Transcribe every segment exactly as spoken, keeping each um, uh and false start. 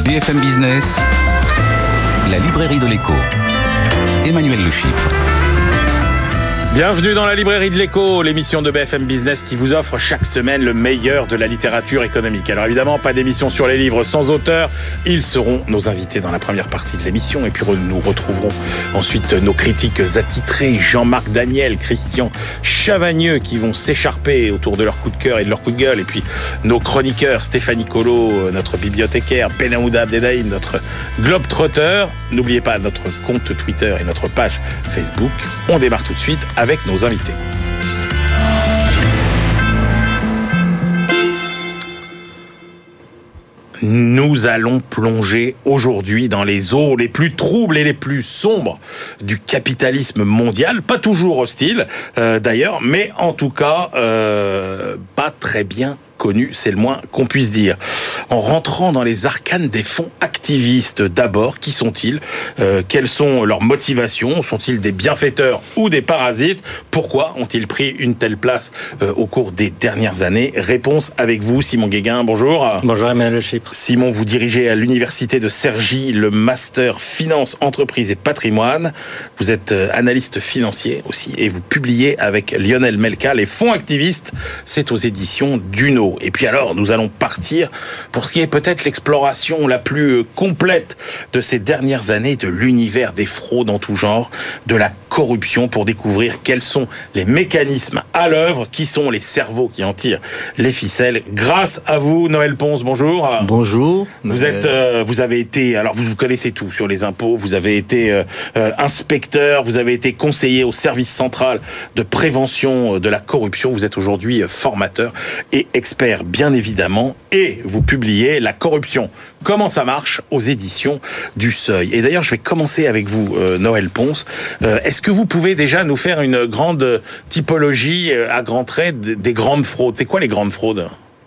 B F M Business, la librairie de l'écho. Emmanuel Le Chypre. Bienvenue dans la librairie de l'écho, l'émission de B F M Business qui vous offre chaque semaine le meilleur de la littérature économique. Alors évidemment, pas d'émission sur les livres sans auteur. Ils seront nos invités dans la première partie de l'émission. Et puis nous retrouverons ensuite nos critiques attitrés, Jean-Marc Daniel, Christian Chavagneux, qui vont s'écharper autour de leur coup de cœur et de leur coup de gueule. Et puis nos chroniqueurs, Stéphanie Colo, notre bibliothécaire, Benahouda Abdelhaim, notre globe-trotter. N'oubliez pas notre compte Twitter et notre page Facebook. On démarre tout de suite avec nos invités. Nous allons plonger aujourd'hui dans les eaux les plus troubles et les plus sombres du capitalisme mondial, pas toujours hostile euh, d'ailleurs, mais en tout cas euh, pas très bien connu, c'est le moins qu'on puisse dire. En rentrant dans les arcanes des fonds activistes d'abord, qui sont-ils ? euh, Quelles sont leurs motivations ? Sont-ils des bienfaiteurs ou des parasites ? Pourquoi ont-ils pris une telle place euh, au cours des dernières années ? Réponse avec vous, Simon Guéguin, bonjour. Bonjour, Emmanuel Le Chypre. Simon, vous dirigez à l'université de Cergy le master finance, entreprise et patrimoine. Vous êtes analyste financier aussi et vous publiez avec Lionel Melka les fonds activistes. C'est aux éditions Duno. Et puis alors, nous allons partir pour ce qui est peut-être l'exploration la plus complète de ces dernières années de l'univers des fraudes en tout genre, de la corruption, pour découvrir quels sont les mécanismes à l'œuvre, qui sont les cerveaux qui en tirent les ficelles. Grâce à vous, Noël Ponce, bonjour. Bonjour. Vous êtes, euh, vous avez été, alors vous, vous connaissez tout sur les impôts, vous avez été euh, euh, inspecteur, vous avez été conseiller au service central de prévention de la corruption, vous êtes aujourd'hui formateur et expert bien évidemment, et vous publiez La corruption, comment ça marche aux éditions du Seuil. Et d'ailleurs, je vais commencer avec vous, euh, Noël Ponce. Euh, est-ce que vous pouvez déjà nous faire une grande typologie euh, à grands traits des grandes fraudes ? C'est quoi les grandes fraudes ?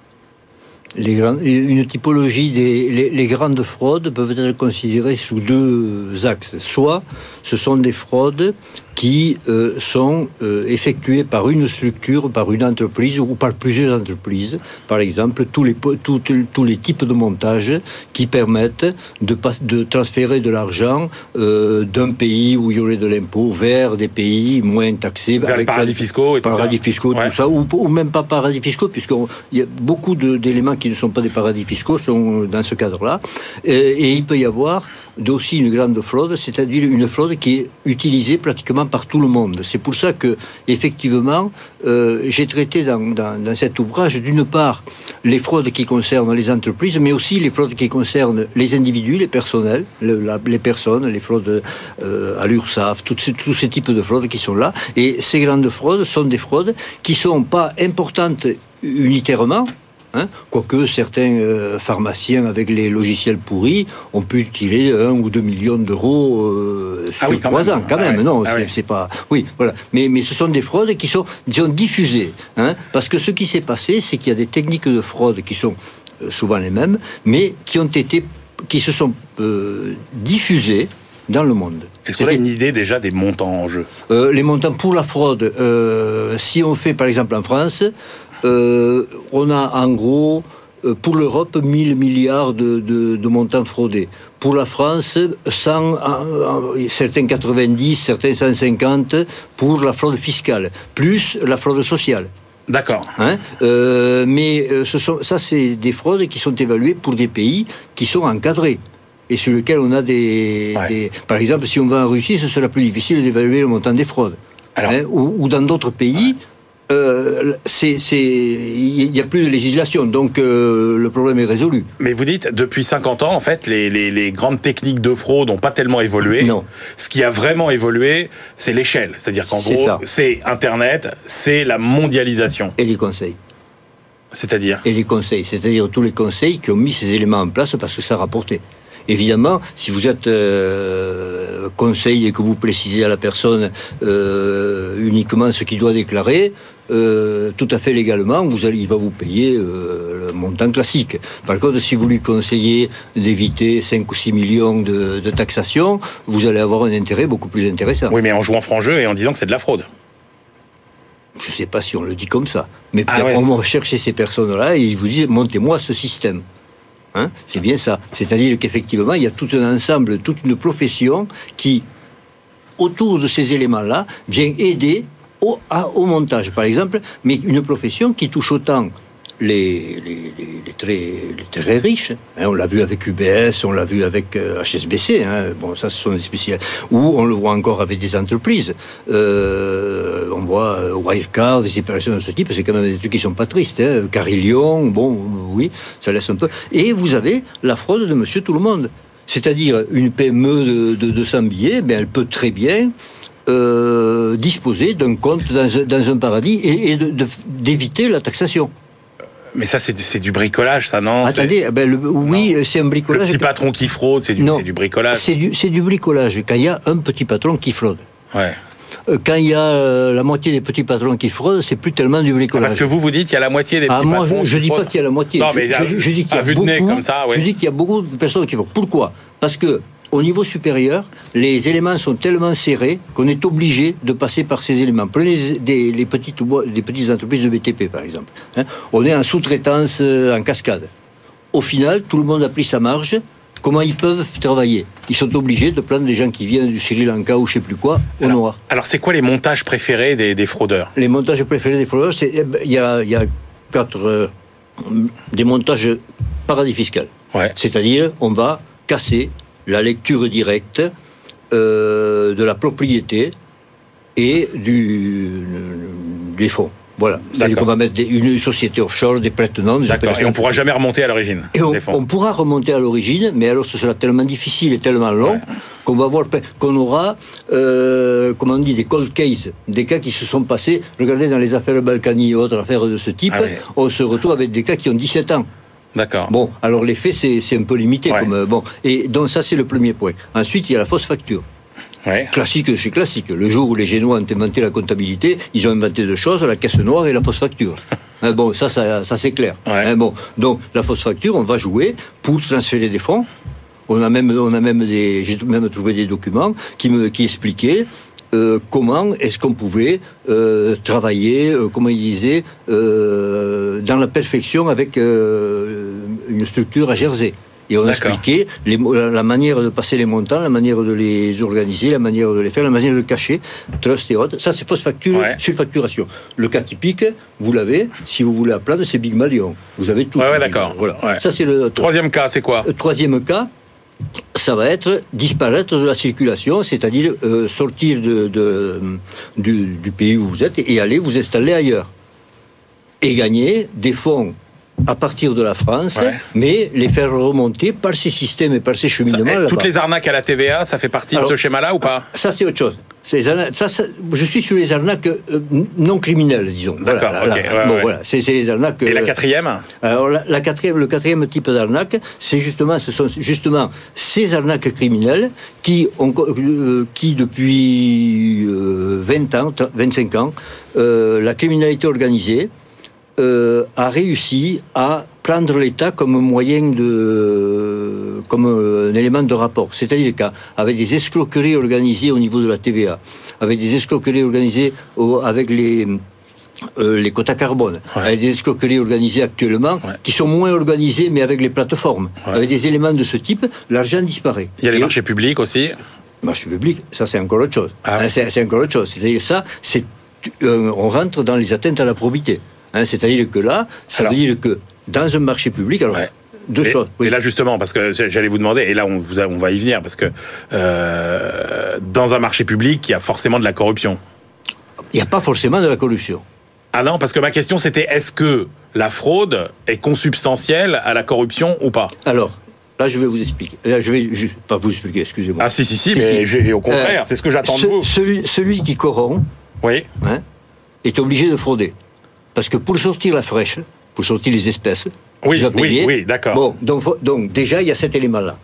Les grandes, une typologie des les, les grandes fraudes peuvent être considérées sous deux axes. Soit ce sont des fraudes qui euh, sont euh, effectuées par une structure, par une entreprise ou par plusieurs entreprises. Par exemple, tous les, tous, tous les types de montages qui permettent de, de transférer de l'argent euh, d'un pays où il y aurait de l'impôt vers des pays moins taxés. Vers les paradis fiscaux et tout ça. Paradis fiscaux, ouais. Tout ça, ou, ou même pas paradis fiscaux, puisqu'il y a beaucoup de, d'éléments qui ne sont pas des paradis fiscaux sont dans ce cadre-là. Et, et il peut y avoir aussi une grande fraude, c'est-à-dire une fraude qui est utilisée pratiquement par tout le monde. C'est pour ça que, effectivement, euh, j'ai traité dans, dans, dans cet ouvrage, d'une part, les fraudes qui concernent les entreprises, mais aussi les fraudes qui concernent les individus, les personnels, le, la, les personnes, les fraudes euh, à l'URSSAF, tous ces, tous ces types de fraudes qui sont là. Et ces grandes fraudes sont des fraudes qui ne sont pas importantes unitairement, Hein, quoique certains euh, pharmaciens avec les logiciels pourris ont pu tirer un ou deux millions d'euros euh, sur ah oui, trois ans, quand ah même. Ouais. Non, ah c'est, oui. c'est pas. Oui, voilà. Mais mais ce sont des fraudes qui sont, disons, diffusées, hein, parce que ce qui s'est passé, c'est qu'il y a des techniques de fraude qui sont euh, souvent les mêmes, mais qui ont été, qui se sont euh, diffusées dans le monde. Est-ce qu'on a une idée déjà des montants en jeu ? euh, Les montants pour la fraude, euh, si on fait par exemple en France. Euh, on a en gros, euh, pour l'Europe, mille milliards de, de, de montants fraudés. Pour la France, cent, euh, certains quatre-vingt-dix, certains cent cinquante pour la fraude fiscale, plus la fraude sociale. D'accord. Hein euh, mais euh, ce sont, ça, c'est des fraudes qui sont évaluées pour des pays qui sont encadrés. Et sur lesquels on a des, ouais. des... Par exemple, si on va en Russie, ce sera plus difficile d'évaluer le montant des fraudes. Alors, hein, ou, ou dans d'autres pays... Ouais. Euh, c'est, c'est, il n'y a plus de législation, donc euh, le problème est résolu. Mais vous dites, depuis cinquante ans, en fait, les, les, les grandes techniques de fraude n'ont pas tellement évolué. Non. Ce qui a vraiment évolué, c'est l'échelle. C'est-à-dire qu'en c'est gros, ça. c'est Internet, c'est la mondialisation. Et les conseils. C'est-à-dire Et les conseils, c'est-à-dire tous les conseils qui ont mis ces éléments en place parce que ça rapportait. Évidemment, si vous êtes euh, conseil et que vous précisez à la personne euh, uniquement ce qu'il doit déclarer, euh, tout à fait légalement, vous allez, il va vous payer euh, le montant classique. Par contre, si vous lui conseillez d'éviter cinq ou six millions de, de taxation, vous allez avoir un intérêt beaucoup plus intéressant. Oui, mais en jouant franc jeu et en disant que c'est de la fraude. Je ne sais pas si on le dit comme ça, mais ah ouais. on va chercher ces personnes-là et ils vous disent, montez-moi ce système. Hein, c'est bien ça. C'est-à-dire qu'effectivement, il y a tout un ensemble, toute une profession qui, autour de ces éléments-là, vient aider au, à, au montage, par exemple, mais une profession qui touche autant les, les, les, les, très, les très riches. Hein, on l'a vu avec U B S, on l'a vu avec euh, H S B C. Hein, bon, ça, ce sont des spéciales. Ou on le voit encore avec des entreprises. Euh, on voit euh, Wirecard, des opérations de ce type. C'est quand même des trucs qui sont pas tristes. Hein. Carillon, bon, oui, ça laisse un peu. Et vous avez la fraude de Monsieur Tout le Monde. C'est-à-dire une P M E de, de, de cent billets, ben, elle peut très bien euh, disposer d'un compte dans, dans un paradis et, et de, de, d'éviter la taxation. Mais ça, c'est du, c'est du bricolage, ça, non? Attendez, ben le, oui, non. C'est un bricolage. Le petit patron qui fraude, c'est du, c'est du bricolage. C'est du, c'est du bricolage, quand il y a un petit patron qui fraude. Ouais. Quand il y a la moitié des petits patrons qui fraudent, c'est plus tellement du bricolage. Parce que vous, vous dites qu'il y a la moitié des petits ah, moi, patrons je, je qui dis fraudent. pas qu'il y a la moitié. Non, mais je, à, je, je dis qu'il y a à vue beaucoup, de nez, comme ça, oui. Je dis qu'il y a beaucoup de personnes qui fraudent. Pourquoi? Parce que au niveau supérieur, les éléments sont tellement serrés qu'on est obligé de passer par ces éléments. Prenez des, les petites, des petites entreprises de B T P, par exemple. Hein, on est en sous-traitance euh, en cascade. Au final, tout le monde a pris sa marge. Comment ils peuvent travailler? Ils sont obligés de prendre des gens qui viennent du Sri Lanka ou je ne sais plus quoi, au alors, noir. Alors, c'est quoi les montages préférés des, des fraudeurs? Les montages préférés des fraudeurs, il eh ben, y, a, y a quatre... Euh, des montages paradis fiscal. Ouais. C'est-à-dire, on va casser la lecture directe euh, de la propriété et du, des fonds. Voilà. C'est-à-dire qu'on va mettre des, une société offshore, des prête-noms, des D'accord. Et on ne pourra jamais remonter à l'origine. Et on, des fonds. on pourra remonter à l'origine, mais alors ce sera tellement difficile et tellement long ouais. qu'on va voir qu'on aura, euh, comment on dit, des cold cases, des cas qui se sont passés. Regardez dans les affaires Balkany et autres affaires de ce type, ah, ouais. on se retrouve avec des cas qui ont dix-sept ans. D'accord. Bon, alors les faits, c'est, c'est un peu limité. Ouais. Comme, bon. Et donc ça, c'est le premier point. Ensuite, il y a la fausse facture. Ouais. Classique chez classique. Le jour où les Génois ont inventé la comptabilité, ils ont inventé deux choses, la caisse noire et la fausse facture. hein, bon, ça, ça, ça c'est clair. Ouais. Hein, bon, donc la fausse facture, on va jouer pour transférer des fonds. On a même, on a même des, j'ai même trouvé des documents qui me, qui expliquaient euh, comment est-ce qu'on pouvait euh, travailler, euh, comment ils disaient, euh, dans la perfection avec euh, une structure à Jersey. Et on a expliqué les, la manière de passer les montants, la manière de les organiser, la manière de les faire, la manière de cacher, trust et autres. Ça, c'est fausse facture, ouais. surfacturation. Le cas typique, vous l'avez, si vous voulez apprendre, c'est Big Malion. Vous avez tout. Ouais, ouais, d'accord. Voilà. Ouais. Ça, c'est le troisième cas, c'est quoi? Le troisième cas, ça va être disparaître de la circulation, c'est-à-dire euh, sortir de, de, du, du pays où vous êtes et aller vous installer ailleurs. Et gagner des fonds à partir de la France, ouais. mais les faire remonter par ces systèmes et par ces cheminements. Ça, toutes les arnaques à la T V A, ça fait partie Alors, de ce schéma-là ou pas? Ça, c'est autre chose. C'est ça, ça, je suis sur les arnaques euh, non criminelles, disons. D'accord, voilà, ok. là, Ouais, bon, ouais. voilà, c'est, c'est les arnaques. Et la quatrième? Alors, la, la quatrième, le quatrième type d'arnaque, c'est justement, ce sont justement ces arnaques criminelles qui, ont, euh, qui depuis euh, vingt ans, vingt-cinq ans, euh, la criminalité organisée Euh, a réussi à prendre l'État comme moyen de, comme un élément de rapport. C'est-à-dire qu'avec des escroqueries organisées au niveau de la T V A, avec des escroqueries organisées au, avec les euh, les quotas carbone, ouais. avec des escroqueries organisées actuellement, ouais. qui sont moins organisées mais avec les plateformes, ouais. avec des éléments de ce type, l'argent disparaît. Il y a les Et marchés publics aussi. Marché public, ça c'est encore autre chose. Ah ouais. c'est, c'est encore autre chose. C'est-à-dire ça, c'est euh, on rentre dans les atteintes à la probité. Hein, c'est-à-dire que là, ça alors, veut dire que dans un marché public, alors, ouais. deux et, choses. Oui. Et là, justement, parce que j'allais vous demander, et là, on, vous a, on va y venir, parce que euh, dans un marché public, il y a forcément de la corruption. Il n'y a pas forcément de la corruption. Ah non, parce que ma question, c'était, est-ce que la fraude est consubstantielle à la corruption ou pas? Alors, là, je vais vous expliquer. Là, je vais juste, pas vous expliquer, excusez-moi. Ah si, si, si, si mais si. Au contraire, euh, c'est ce que j'attends ce, de vous. Celui, celui qui corrompt oui. hein, est obligé de frauder. Parce que pour sortir la fraîche, pour sortir les espèces, oui, il va payer. Oui, oui, d'accord. Bon, donc, donc déjà, il y a cet élément-là.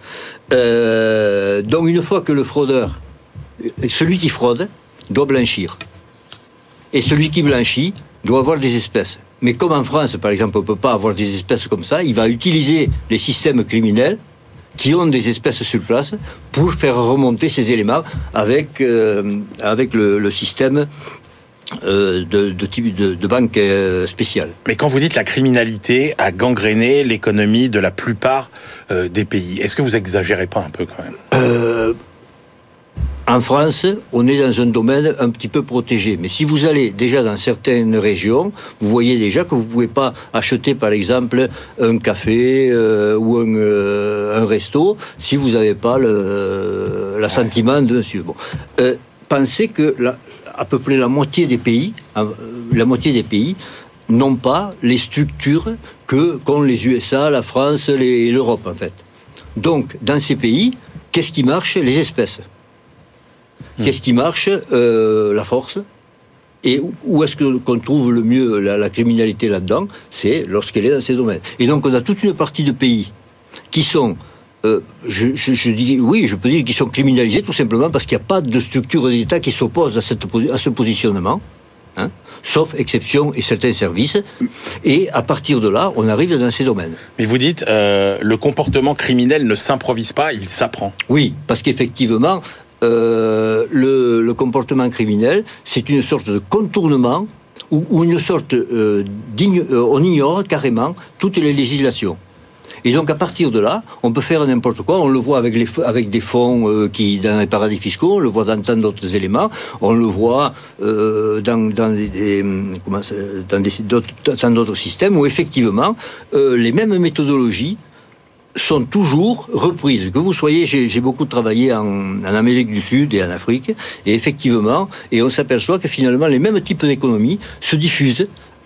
Euh, donc une fois que le fraudeur, celui qui fraude, doit blanchir. Et celui qui blanchit doit avoir des espèces. Mais comme en France, par exemple, on ne peut pas avoir des espèces comme ça, il va utiliser les systèmes criminels qui ont des espèces sur place pour faire remonter ces éléments avec, euh, avec le, le système euh, de, de type de, de banque euh, spéciale. Mais quand vous dites la criminalité a gangréné l'économie de la plupart euh, des pays, est-ce que vous exagérez pas un peu quand même ? euh, En France, on est dans un domaine un petit peu protégé. Mais si vous allez déjà dans certaines régions, vous voyez déjà que vous ne pouvez pas acheter, par exemple, un café euh, ou un, euh, un resto si vous n'avez pas le, l'assentiment de monsieur. Bon. Euh, pensez que la, à peu près la moitié des pays, la moitié des pays n'ont pas les structures que qu'ont les U S A, la France les, et l'Europe, en fait. Donc, dans ces pays, qu'est-ce qui marche ? Les espèces. Qu'est-ce qui marche ? euh, La force. Et où est-ce que, qu'on trouve le mieux la, la criminalité là-dedans ? C'est lorsqu'elle est dans ces domaines. Et donc on a toute une partie de pays qui sont, euh, je, je, je dis, oui, je peux dire qu'ils sont criminalisés tout simplement parce qu'il n'y a pas de structure d'État qui s'oppose à, cette, à ce positionnement, hein, sauf exception et certains services. Et à partir de là, on arrive dans ces domaines. Mais vous dites, euh, le comportement criminel ne s'improvise pas, il s'apprend. Oui, parce qu'effectivement... Euh, le, le comportement criminel, c'est une sorte de contournement ou, ou une sorte euh, d'igne, euh, on ignore carrément toutes les législations. Et donc à partir de là, on peut faire n'importe quoi. On le voit avec, les, avec des fonds euh, qui dans les paradis fiscaux, on le voit dans tant d'autres éléments, on le voit euh, dans, dans, des, des, comment ça, dans, des, d'autres, dans d'autres systèmes où effectivement euh, les mêmes méthodologies sont toujours reprises. Que vous soyez, j'ai, j'ai beaucoup travaillé en, en Amérique du Sud et en Afrique, et effectivement, et on s'aperçoit que finalement les mêmes types d'économies se diffusent.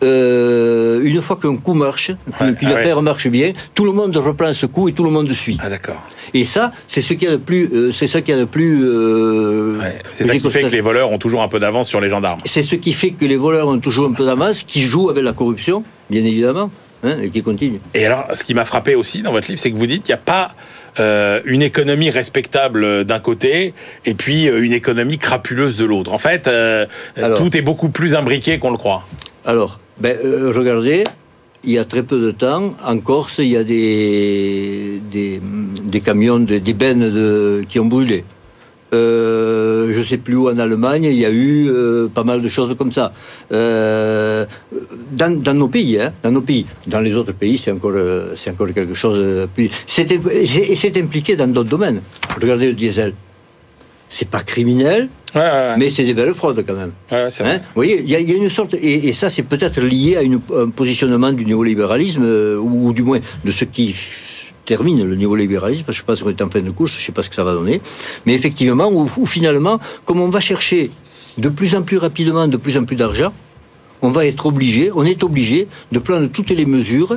Euh, une fois qu'un coup marche, ouais, qu'une ah affaire ouais. marche bien, tout le monde reprend ce coup et tout le monde suit. Ah d'accord. Et ça, c'est ce qu'il y a de plus, euh, c'est ça qu'il y a de plus. Euh, ouais, c'est ça qui fait que les voleurs ont toujours un peu d'avance sur les gendarmes. C'est ce qui fait que les voleurs ont toujours un peu d'avance, qui jouent avec la corruption, bien évidemment. Hein, et qui continue. Et alors, ce qui m'a frappé aussi dans votre livre, c'est que vous dites qu'il n'y a pas euh, une économie respectable d'un côté et puis euh, une économie crapuleuse de l'autre. En fait, euh, alors, tout est beaucoup plus imbriqué qu'on le croit. Alors, ben, euh, regardez, il y a très peu de temps, en Corse, il y a des, des, des camions, des, des bennes de, qui ont brûlé. Euh, je ne sais plus où en Allemagne, il y a eu euh, pas mal de choses comme ça. Euh, dans, dans nos pays, hein, dans nos pays. Dans les autres pays, c'est encore, c'est encore quelque chose de plus... C'est, et c'est impliqué dans d'autres domaines. Regardez le diesel. C'est pas criminel, ouais, ouais, ouais. mais c'est des belles fraudes quand même. Ouais, c'est vrai. Hein, vous voyez, il y, y a une sorte... Et, et ça, c'est peut-être lié à une, un positionnement du néolibéralisme, euh, ou, ou du moins de ce qui... termine le néolibéralisme, parce que je pense qu'on est en fin de course, je ne sais pas ce que ça va donner, mais effectivement, où, où finalement, comme on va chercher de plus en plus rapidement, de plus en plus d'argent, on va être obligé, on est obligé de prendre toutes les mesures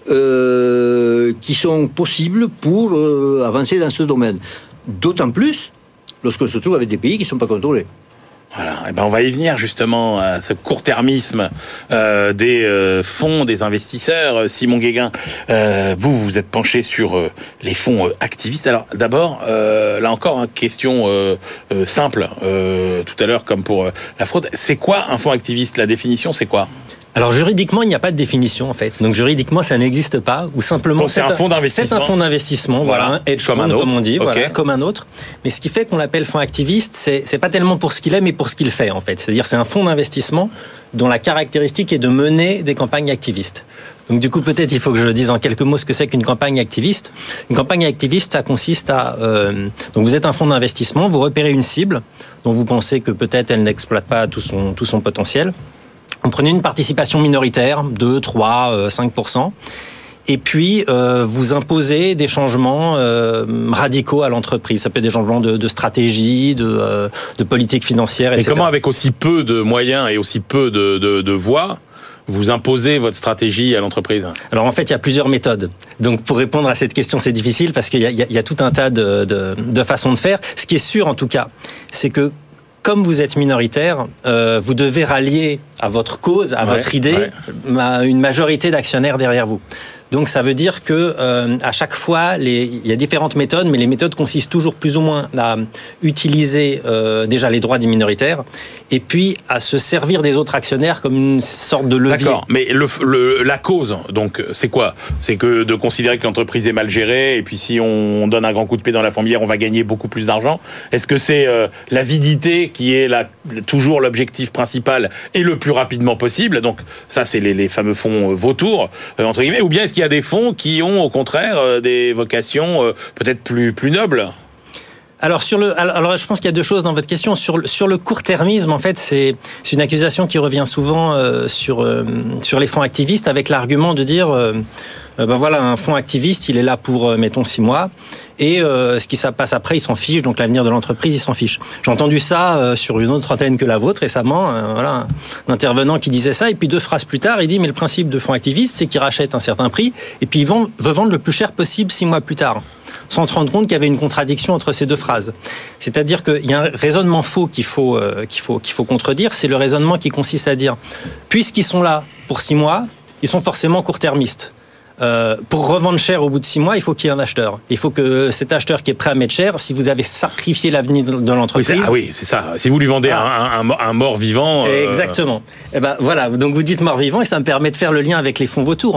euh, qui sont possibles pour euh, avancer dans ce domaine. D'autant plus lorsqu'on se trouve avec des pays qui ne sont pas contrôlés. Voilà, et ben on va y venir justement à ce court-termisme euh, des euh, fonds, des investisseurs. Simon Guéguin, euh, vous vous êtes penché sur euh, les fonds euh, activistes. Alors d'abord, euh, là encore, hein, question euh, euh, simple, euh, tout à l'heure comme pour euh, la fraude. C'est quoi un fonds activiste ? La définition, c'est quoi ? Alors juridiquement, il n'y a pas de définition en fait. Donc juridiquement, ça n'existe pas. Ou simplement, bon, c'est, c'est un fonds d'investissement. C'est un fonds d'investissement, voilà, voilà un hedge comme fund, un autre, comme on dit, okay. voilà, comme un autre. Mais ce qui fait qu'on l'appelle fonds activiste, c'est c'est pas tellement pour ce qu'il est, mais pour ce qu'il fait en fait. C'est-à-dire, c'est un fonds d'investissement dont la caractéristique est de mener des campagnes activistes. Donc du coup, peut-être il faut que je dise en quelques mots ce que c'est qu'une campagne activiste. Une campagne activiste, ça consiste à... Euh, donc vous êtes un fonds d'investissement, vous repérez une cible dont vous pensez que peut-être elle n'exploite pas tout son, tout son potentiel. Vous prenez une participation minoritaire, deux, trois, cinq pour cent, et puis euh, vous imposez des changements euh, radicaux à l'entreprise. Ça peut être des changements de, de stratégie, de, euh, de politique financière, et cetera. Et comment, avec aussi peu de moyens et aussi peu de, de, de voix, vous imposez votre stratégie à l'entreprise ? Alors en fait, il y a plusieurs méthodes. Donc pour répondre à cette question, c'est difficile parce qu'il y a, il y a tout un tas de, de, de façons de faire. Ce qui est sûr, en tout cas, c'est que comme vous êtes minoritaire, euh, vous devez rallier à votre cause, à ouais, votre idée, ouais. une majorité d'actionnaires derrière vous. Donc ça veut dire que euh, à chaque fois, les, il y a différentes méthodes, mais les méthodes consistent toujours plus ou moins à utiliser euh, déjà les droits des minoritaires et puis à se servir des autres actionnaires comme une sorte de levier. D'accord, mais le, le, la cause, donc, c'est quoi ? C'est que de considérer que l'entreprise est mal gérée et puis si on donne un grand coup de pied dans la fourmilière, on va gagner beaucoup plus d'argent ? Est-ce que c'est euh, l'avidité qui est la, toujours l'objectif principal et le plus rapidement possible ? Donc ça, c'est les, les fameux fonds euh, vautours, euh, entre guillemets. Ou bien est-ce qu'il y a des fonds qui ont au contraire euh, des vocations euh, peut-être plus, plus nobles ? Alors, sur le, alors, je pense qu'il y a deux choses dans votre question. Sur le, sur le court-termisme, en fait, c'est, c'est une accusation qui revient souvent euh, sur, euh, sur les fonds activistes avec l'argument de dire, euh, euh, ben voilà, un fonds activiste, il est là pour, euh, mettons, six mois, et euh, ce qui ça passe après, il s'en fiche, donc l'avenir de l'entreprise, il s'en fiche. J'ai entendu ça euh, sur une autre antenne que la vôtre récemment, euh, voilà, un intervenant qui disait ça, et puis deux phrases plus tard, il dit, mais le principe de fonds activistes, c'est qu'ils rachètent un certain prix, et puis ils vont, veulent vendre le plus cher possible six mois plus tard, sans se rendre compte qu'il y avait une contradiction entre ces deux phrases. C'est-à-dire qu'il y a un raisonnement faux qu'il faut, euh, qu'il faut, qu'il faut contredire, c'est le raisonnement qui consiste à dire, puisqu'ils sont là pour six mois, ils sont forcément court-termistes. Euh, pour revendre cher au bout de six mois, il faut qu'il y ait un acheteur. Il faut que cet acheteur qui est prêt à mettre cher, si vous avez sacrifié l'avenir de l'entreprise... Oui, c'est, ah oui, c'est ça. Si vous lui vendez ah. un, un, un mort-vivant... Euh... Exactement. Et ben, voilà, donc vous dites mort-vivant et ça me permet de faire le lien avec les fonds vautours.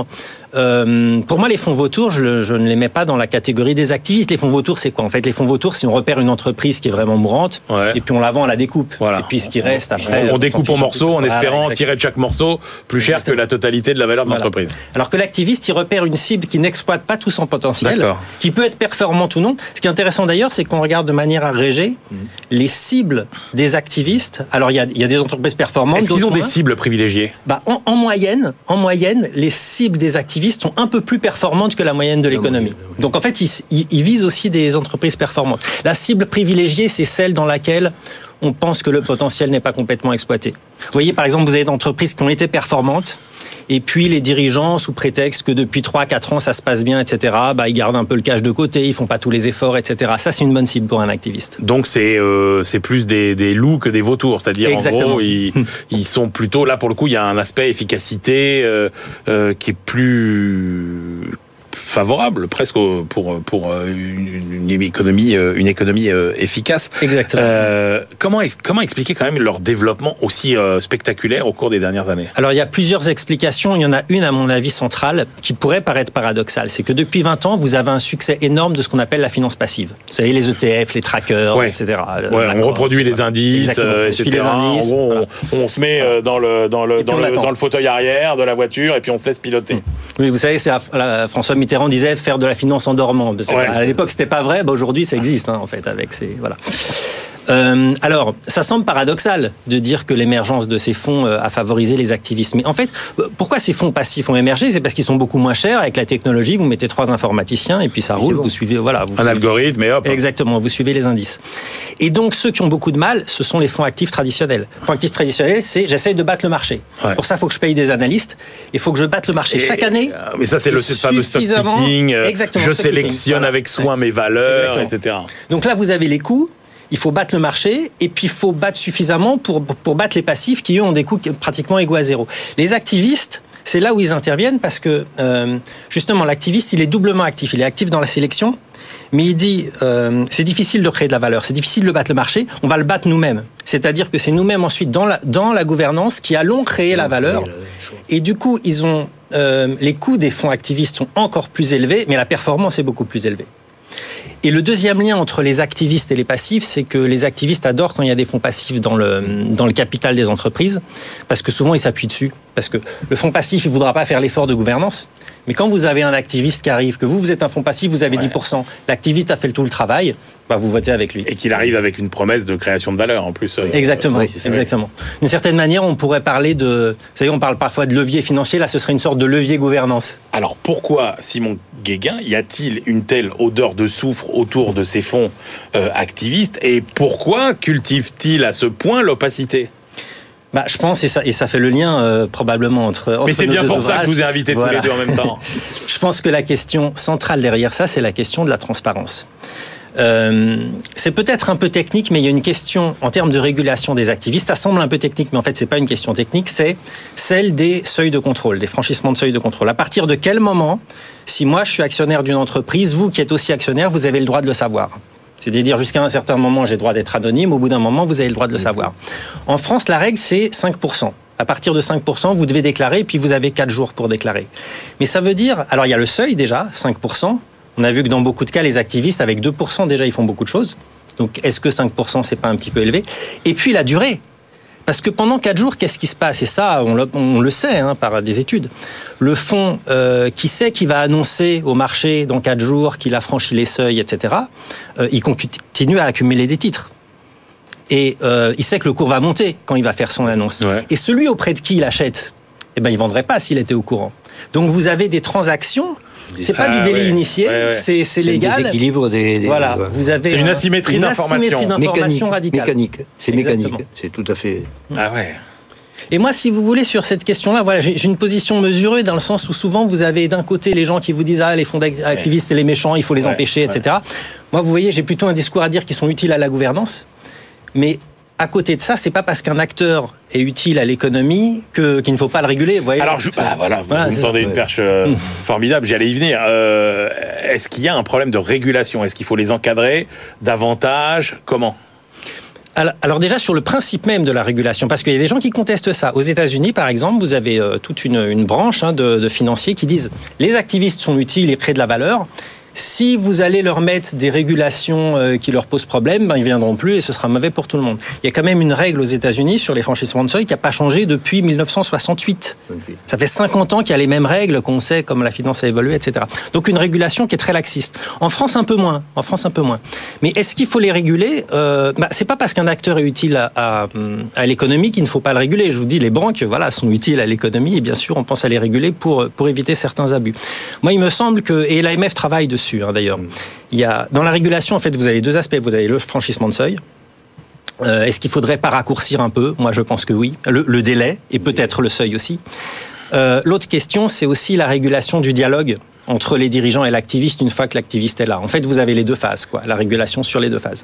Euh, pour moi, les fonds vautours, je, je ne les mets pas dans la catégorie des activistes. Les fonds vautours, c'est quoi ? En fait, les fonds vautours, si on repère une entreprise qui est vraiment mourante, ouais. et puis on la vend à la découpe. Voilà. Et puis ce qui reste après... On, on découpe en morceaux en espérant voilà, tirer de chaque morceau plus cher exactement. Que la totalité de la valeur de voilà. l'entreprise. Alors que l'activiste, il repère une cible qui n'exploite pas tout son potentiel, D'accord. qui peut être performante ou non. Ce qui est intéressant d'ailleurs, c'est qu'on regarde de manière agrégée mmh. les cibles des activistes. Alors il y a, il y a des entreprises performantes. Est-ce qu'ils ont des cibles privilégiées ? Bah, en, en moyenne, en moyenne, les cibles des activistes sont un peu plus performantes que la moyenne de l'économie. Donc en fait, ils, ils, ils visent aussi des entreprises performantes. La cible privilégiée, c'est celle dans laquelle on pense que le potentiel n'est pas complètement exploité. Vous voyez, par exemple, vous avez des entreprises qui ont été performantes, et puis les dirigeants, sous prétexte que depuis trois à quatre ans, ça se passe bien, et cetera, bah, ils gardent un peu le cash de côté, ils font pas tous les efforts, et cetera. Ça, c'est une bonne cible pour un activiste. Donc, c'est, euh, c'est plus des, des loups que des vautours. C'est-à-dire, Exactement. En gros, ils, ils sont plutôt... Là, pour le coup, il y a un aspect efficacité euh, euh, qui est plus... favorable presque pour pour une, une économie une économie efficace. Exactement. Euh, comment comment expliquer quand même leur développement aussi euh, spectaculaire au cours des dernières années ? Alors il y a plusieurs explications. Il y en a une à mon avis centrale qui pourrait paraître paradoxale, c'est que depuis vingt ans vous avez un succès énorme de ce qu'on appelle la finance passive. Vous savez, les E T F, les trackers, ouais. et cetera. Ouais, on reproduit les indices, euh, et cetera. Les indices, on, voilà. on, on se met euh, dans le dans le dans le, dans le fauteuil arrière de la voiture et puis on se laisse piloter. Mmh. Oui, vous savez, c'est à, à, François Mitterrand disait faire de la finance en dormant. Ouais, à l'époque, c'était pas vrai. Bah, aujourd'hui, ça existe, hein, en fait, avec ces voilà. Euh, alors, ça semble paradoxal de dire que l'émergence de ces fonds euh, a favorisé les activistes. Mais en fait, pourquoi ces fonds passifs ont émergé ? C'est parce qu'ils sont beaucoup moins chers. Avec la technologie, vous mettez trois informaticiens et puis ça roule. Bon. Vous suivez, voilà, vous un suivez, algorithme et hop. Exactement, vous suivez les indices. Et donc, ceux qui ont beaucoup de mal, ce sont les fonds actifs traditionnels. Fonds actifs traditionnels, c'est j'essaie de battre le marché. Ouais. Pour ça, il faut que je paye des analystes. Il faut que je batte le marché et, chaque année. Mais ça, c'est le fameux stock picking. Exactement. Je sélectionne voilà. avec soin ouais. mes valeurs, exactement. et cetera. Donc là, vous avez les coûts. Il faut battre le marché et puis il faut battre suffisamment pour, pour battre les passifs qui, eux, ont des coûts pratiquement égaux à zéro. Les activistes, c'est là où ils interviennent parce que, euh, justement, l'activiste, il est doublement actif. Il est actif dans la sélection, mais il dit euh, c'est difficile de créer de la valeur, c'est difficile de battre le marché, on va le battre nous-mêmes. C'est-à-dire que c'est nous-mêmes ensuite, dans la, dans la gouvernance, qui allons créer la valeur. Et du coup, ils ont, euh, les coûts des fonds activistes sont encore plus élevés, mais la performance est beaucoup plus élevée. Et le deuxième lien entre les activistes et les passifs, c'est que les activistes adorent quand il y a des fonds passifs dans le, dans le capital des entreprises, parce que souvent ils s'appuient dessus. Parce que le fonds passif, il ne voudra pas faire l'effort de gouvernance. Mais quand vous avez un activiste qui arrive, que vous, vous êtes un fonds passif, vous avez ouais. dix pour cent, l'activiste a fait tout le travail, bah vous votez avec lui. Et qu'il arrive avec une promesse de création de valeur en plus. Exactement, oui, exactement. D'une certaine manière, on pourrait parler de... Vous savez, on parle parfois de levier financier, là ce serait une sorte de levier gouvernance. Alors pourquoi, Simon Guéguin, y a-t-il une telle odeur de soufre autour de ces fonds euh, activistes et pourquoi cultive-t-il à ce point l'opacité ? Bah, je pense, et ça, et ça fait le lien euh, probablement entre, entre Mais c'est nos bien deux pour ouvrages. ça que je vous ai invités tous Voilà. les deux en même temps. Je pense que la question centrale derrière ça, c'est la question de la transparence. Euh, c'est peut-être un peu technique, mais il y a une question en termes de régulation des activistes. Ça semble un peu technique, mais en fait, c'est pas une question technique. C'est celle des seuils de contrôle, des franchissements de seuils de contrôle. À partir de quel moment, si moi je suis actionnaire d'une entreprise, vous qui êtes aussi actionnaire, vous avez le droit de le savoir. C'est-à-dire jusqu'à un certain moment, j'ai le droit d'être anonyme. Au bout d'un moment, vous avez le droit de le savoir. En France, la règle, c'est cinq pour cent. À partir de cinq pour cent, vous devez déclarer, puis vous avez quatre jours pour déclarer. Mais ça veut dire... Alors, il y a le seuil déjà, cinq pour cent. On a vu que dans beaucoup de cas, les activistes, avec deux pour cent, déjà, ils font beaucoup de choses. Donc, est-ce que cinq pour cent, c'est pas un petit peu élevé ? Et puis, la durée. Parce que pendant quatre jours, qu'est-ce qui se passe ? Et ça, on le, on le sait hein, par des études. Le fonds euh, qui sait qu'il va annoncer au marché dans quatre jours qu'il a franchi les seuils, et cetera, euh, il continue à accumuler des titres. Et euh, il sait que le cours va monter quand il va faire son annonce. Ouais. Et celui auprès de qui il achète, eh ben, il ne vendrait pas s'il était au courant. Donc vous avez des transactions, c'est pas Ah, du délit ouais. initié, Ouais, ouais. c'est, c'est C'est légal. un déséquilibre des... des Voilà, ouais. vous avez C'est une un- asymétrie une d'information. asymétrie d'information mécanique, radicale. mécanique. C'est Exactement. mécanique. C'est tout à fait... Ah ouais. Et moi, si vous voulez, sur cette question-là, voilà, j'ai, j'ai une position mesurée dans le sens où souvent vous avez d'un côté les gens qui vous disent ah les fonds d'activistes c'est les méchants, il faut les Ouais, empêcher, ouais. et cetera. Moi, vous voyez, j'ai plutôt un discours à dire qui sont utiles à la gouvernance, mais à côté de ça, c'est pas parce qu'un acteur est utile à l'économie que, qu'il ne faut pas le réguler. Vous voyez. Alors, je, bah, voilà, vous, Voilà, vous me c'est tendez ça, une ouais. perche euh, formidable, j'allais y venir. Euh, est-ce qu'il y a un problème de régulation ? Est-ce qu'il faut les encadrer davantage ? Comment ? Alors, alors déjà sur le principe même de la régulation, parce qu'il y a des gens qui contestent ça. Aux États-Unis, par exemple, vous avez euh, toute une, une branche hein, de, de financiers qui disent les activistes sont utiles et créent de la valeur. Si vous allez leur mettre des régulations euh, qui leur posent problème, ben, ils viendront plus et ce sera mauvais pour tout le monde. Il y a quand même une règle aux États-Unis sur les franchissements de seuil qui n'a pas changé depuis dix-neuf cent soixante-huit. Ça fait cinquante ans qu'il y a les mêmes règles qu'on sait comme la finance a évolué, et cetera. Donc une régulation qui est très laxiste. En France, un peu moins. En France, un peu moins. Mais est-ce qu'il faut les réguler ? euh, bah, C'est pas parce qu'un acteur est utile à, à, à l'économie qu'il ne faut pas le réguler. Je vous dis, les banques, voilà, sont utiles à l'économie et bien sûr, on pense à les réguler pour pour éviter certains abus. Moi, il me semble que et l'A M F travaille dessus. Hein, d'ailleurs, il y a dans la régulation, en fait, vous avez deux aspects. Vous avez le franchissement de seuil. Euh, est-ce qu'il faudrait pas raccourcir un peu ? Moi, je pense que oui. Le, le délai et peut-être le seuil aussi. Euh, l'autre question, c'est aussi la régulation du dialogue entre les dirigeants et l'activiste une fois que l'activiste est là. En fait, vous avez les deux phases, quoi. La régulation sur les deux phases.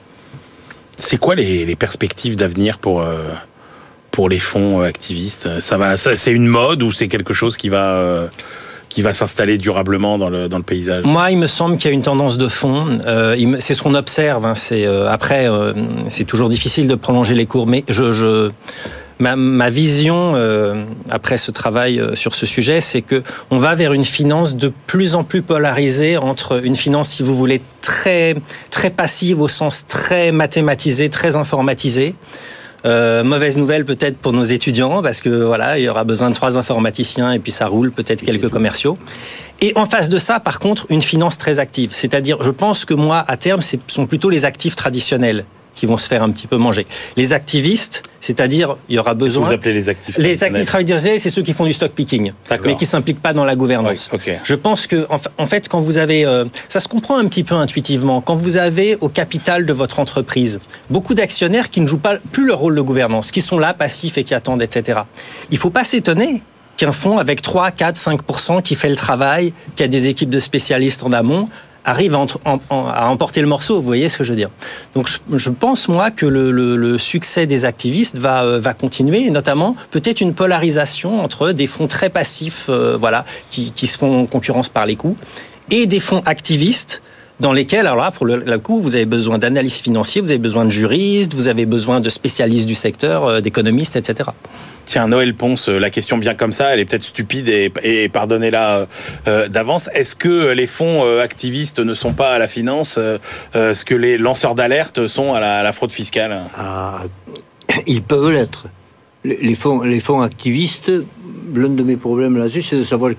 C'est quoi les, les perspectives d'avenir pour, euh, pour les fonds euh, activistes ? Ça va, ça, c'est une mode ou c'est quelque chose qui va, euh, qui va s'installer durablement dans le, dans le paysage ? Moi, il me semble qu'il y a une tendance de fond. Euh, il me, c'est ce qu'on observe. Hein. C'est, euh, après, euh, c'est toujours difficile de prolonger les cours, mais je... je Ma, ma vision, euh, après ce travail euh, sur ce sujet, c'est que on va vers une finance de plus en plus polarisée entre une finance, si vous voulez, très, très passive au sens très mathématisé, très informatisé. Euh, mauvaise nouvelle peut-être pour nos étudiants, parce que voilà, il y aura besoin de trois informaticiens et puis ça roule, peut-être quelques commerciaux. Et en face de ça, par contre, une finance très active. C'est-à-dire, je pense que moi, à terme, ce sont plutôt les actifs traditionnels qui vont se faire un petit peu manger. Les activistes, c'est-à-dire, il y aura besoin... Vous appelez les actifs Les traditionnels. actifs traditionnels, c'est ceux qui font du stock picking, D'accord. mais qui ne s'impliquent pas dans la gouvernance. Oui, ok. Je pense que, en fait, quand vous avez... Euh, ça se comprend un petit peu intuitivement. Quand vous avez au capital de votre entreprise beaucoup d'actionnaires qui ne jouent pas plus leur rôle de gouvernance, qui sont là, passifs et qui attendent, et cetera. Il ne faut pas s'étonner qu'un fonds avec trois, quatre, cinq pour cent qui fait le travail, qui a des équipes de spécialistes en amont, arrive à, entre, en, en, à emporter le morceau, vous voyez ce que je veux dire. Donc je, je pense, moi, que le, le, le succès des activistes va, euh, va continuer, et notamment peut-être une polarisation entre des fonds très passifs, euh, voilà, qui, qui se font concurrence par les coups, et des fonds activistes, dans lesquels, alors là, pour le, le coup, vous avez besoin d'analystes financiers, vous avez besoin de juristes, vous avez besoin de spécialistes du secteur, euh, d'économistes, et cetera. Tiens, Noël Ponce, la question bien comme ça, elle est peut-être stupide et, et pardonnez-la euh, d'avance. Est-ce que les fonds euh, activistes ne sont pas à la finance euh, euh, ce que les lanceurs d'alerte sont à la, à la fraude fiscale ? Ah, ils peuvent l'être. Les les fonds, les fonds activistes, l'un de mes problèmes là-dessus, c'est de savoir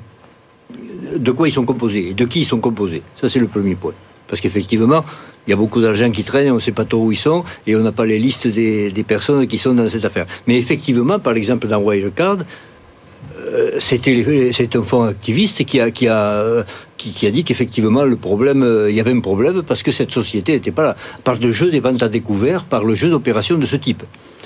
de quoi ils sont composés et de qui ils sont composés. Ça, c'est le premier point. Parce qu'effectivement, il y a beaucoup d'argent qui traîne, on ne sait pas trop où ils sont, et on n'a pas les listes des, des personnes qui sont dans cette affaire. Mais effectivement, par exemple, dans Wirecard, euh, c'était les, c'est un fonds activiste qui a, qui a, qui, qui a dit qu'effectivement, le problème, euh, il y avait un problème parce que cette société n'était pas là. Par le jeu des ventes à découvert, par le jeu d'opérations de ce type.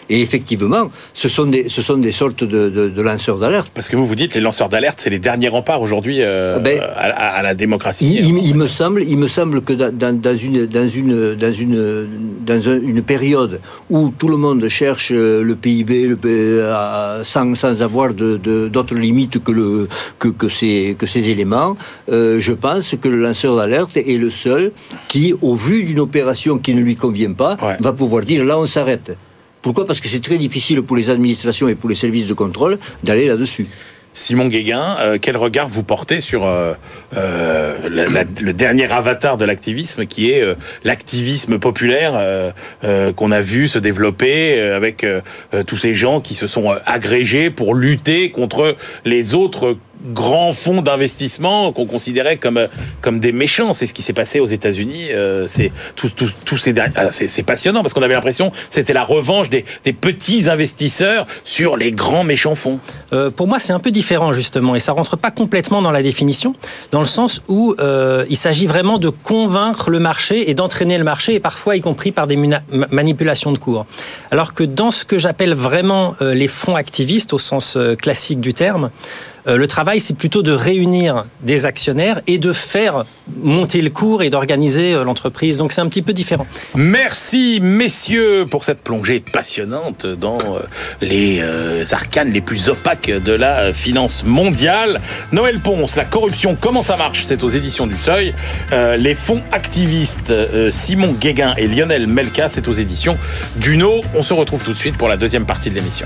Et effectivement, ce sont des, ce sont des sortes de, de, de lanceurs d'alerte. Parce que vous vous dites, les lanceurs d'alerte, c'est les derniers remparts aujourd'hui euh, ben, à, à la démocratie. Il, il, il me semble, il me semble que dans, dans une, dans une, dans une, dans un, une période où tout le monde cherche le P I B le, sans, sans avoir de, de, d'autres limites que, le, que, que, ces, que ces éléments, euh, je pense que le lanceur d'alerte est le seul qui, au vu d'une opération qui ne lui convient pas, ouais. va pouvoir dire là on s'arrête. Pourquoi ? Parce que c'est très difficile pour les administrations et pour les services de contrôle d'aller là-dessus. Simon Guéguin, euh, quel regard vous portez sur euh, euh, la, la, le dernier avatar de l'activisme, qui est euh, l'activisme populaire euh, euh, qu'on a vu se développer euh, avec euh, tous ces gens qui se sont euh, agrégés pour lutter contre les autres grands fonds d'investissement qu'on considérait comme comme des méchants. C'est ce qui s'est passé aux États-Unis. Euh, c'est tout, tout, tout ces derniers, ah, c'est, c'est passionnant parce qu'on avait l'impression que c'était la revanche des, des petits investisseurs sur les grands méchants fonds. Euh, pour moi, c'est un peu différent justement, et ça rentre pas complètement dans la définition, dans le sens où euh, il s'agit vraiment de convaincre le marché et d'entraîner le marché, et parfois y compris par des muna- manipulations de cours. Alors que dans ce que j'appelle vraiment euh, les fonds activistes au sens euh, classique du terme, le travail, c'est plutôt de réunir des actionnaires et de faire monter le cours et d'organiser l'entreprise. Donc, c'est un petit peu différent. Merci, messieurs, pour cette plongée passionnante dans les arcanes les plus opaques de la finance mondiale. Noël Ponce, La corruption, comment ça marche ? C'est aux éditions du Seuil. Euh, les fonds activistes, euh, Simon Guéguin et Lionel Melka, c'est aux éditions d'Uno. On se retrouve tout de suite pour la deuxième partie de l'émission.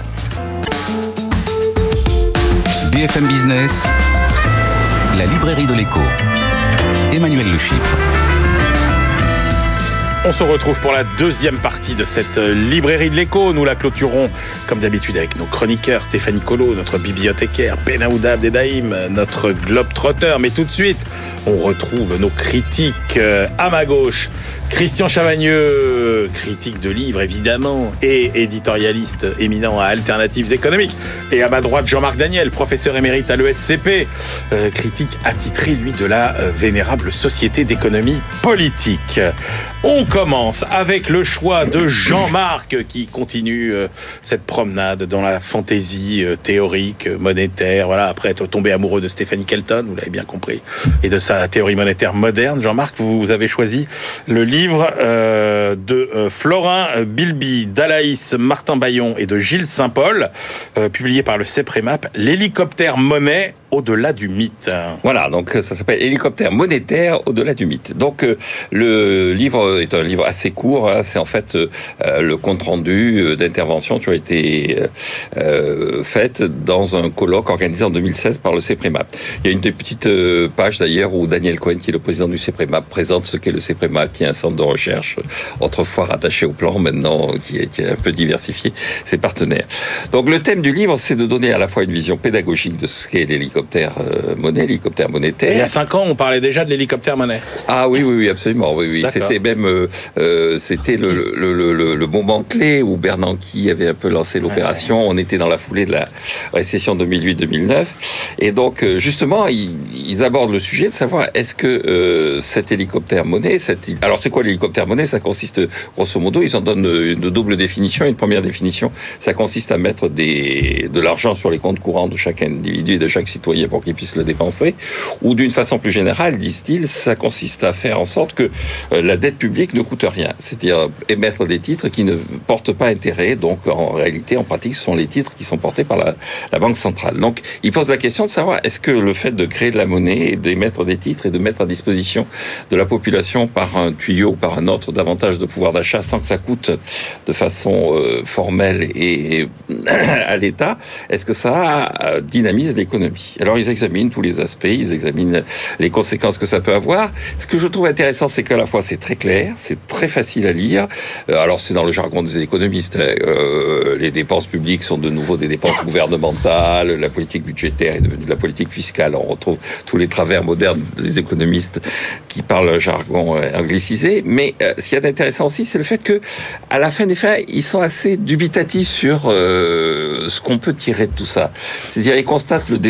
B F M Business, la librairie de l'écho. Emmanuel Le Chypre. On se retrouve pour la deuxième partie de cette librairie de l'écho. Nous la clôturons, comme d'habitude, avec nos chroniqueurs, Stéphanie Colo, notre bibliothécaire, Benaouda Abdedaïm, notre globe-trotteur. Mais tout de suite, on retrouve nos critiques. À ma gauche, Christian Chavagneux, critique de livres évidemment, et éditorialiste éminent à Alternatives économiques. Et à ma droite, Jean-Marc Daniel, professeur émérite à l'E S C P, euh, critique attitré, lui, de la euh, vénérable Société d'économie politique. On commence avec le choix de Jean-Marc, qui continue euh, cette promenade dans la fantaisie euh, théorique, monétaire, voilà, après être tombé amoureux de Stéphanie Kelton, vous l'avez bien compris, et de sa théorie monétaire moderne. Jean-Marc, vous, vous avez choisi le livre euh, de euh, Florin Bilby, d'Alaïs Martin-Bayon et de Gilles Saint-Paul, euh, publié par le CEPREMAP, L'hélicoptère monnaie au-delà du mythe. Voilà, donc ça s'appelle Hélicoptère monétaire au-delà du mythe. Donc euh, le livre est un livre assez court, hein, c'est en fait euh, le compte-rendu d'interventions qui ont été euh, faites dans un colloque organisé en deux mille seize par le CEPREMAP. Il y a une des petites euh, pages d'ailleurs où Daniel Cohen, qui est le président du CEPREMAP, présente ce qu'est le CEPREMAP, qui est un centre de recherche autrefois rattaché au plan, maintenant qui est, qui est un peu diversifié ses partenaires. Donc le thème du livre, c'est de donner à la fois une vision pédagogique de ce qu'est l'hélicoptère Euh, monnaie, l'hélicoptère monétaire. Il y a cinq ans, on parlait déjà de l'hélicoptère monnaie. Ah oui, oui, oui, absolument. Oui, oui. C'était même, euh, euh, c'était le, le, le, le, le moment clé où Bernanke avait un peu lancé l'opération. Ouais. On était dans la foulée de la récession deux mille huit deux mille neuf. Et donc, justement, ils, ils abordent le sujet de savoir est-ce que euh, cet hélicoptère monnaie, cette... alors c'est quoi l'hélicoptère monnaie ? Ça consiste, grosso modo, ils en donnent une double définition. Une première définition, ça consiste à mettre des, de l'argent sur les comptes courants de chaque individu et de chaque citoyen pour qu'ils puissent le dépenser, ou d'une façon plus générale, disent-ils, ça consiste à faire en sorte que euh, la dette publique ne coûte rien, c'est-à-dire émettre des titres qui ne portent pas intérêt, donc en réalité, en pratique, ce sont les titres qui sont portés par la, la Banque centrale. Donc, ils posent la question de savoir, est-ce que le fait de créer de la monnaie, d'émettre des titres et de mettre à disposition de la population par un tuyau ou par un autre davantage de pouvoir d'achat sans que ça coûte de façon euh, formelle et à l'État, est-ce que ça euh, dynamise l'économie ? Alors, ils examinent tous les aspects, ils examinent les conséquences que ça peut avoir. Ce que je trouve intéressant, c'est qu'à la fois, c'est très clair, c'est très facile à lire. Euh, alors, c'est dans le jargon des économistes. Hein. Euh, les dépenses publiques sont de nouveau des dépenses gouvernementales, la politique budgétaire est devenue de la politique fiscale. On retrouve tous les travers modernes des économistes qui parlent un jargon anglicisé. Mais euh, ce qu'il y a d'intéressant aussi, c'est le fait que, à la fin des fins, ils sont assez dubitatifs sur euh, ce qu'on peut tirer de tout ça. C'est-à-dire, ils constatent le désarroi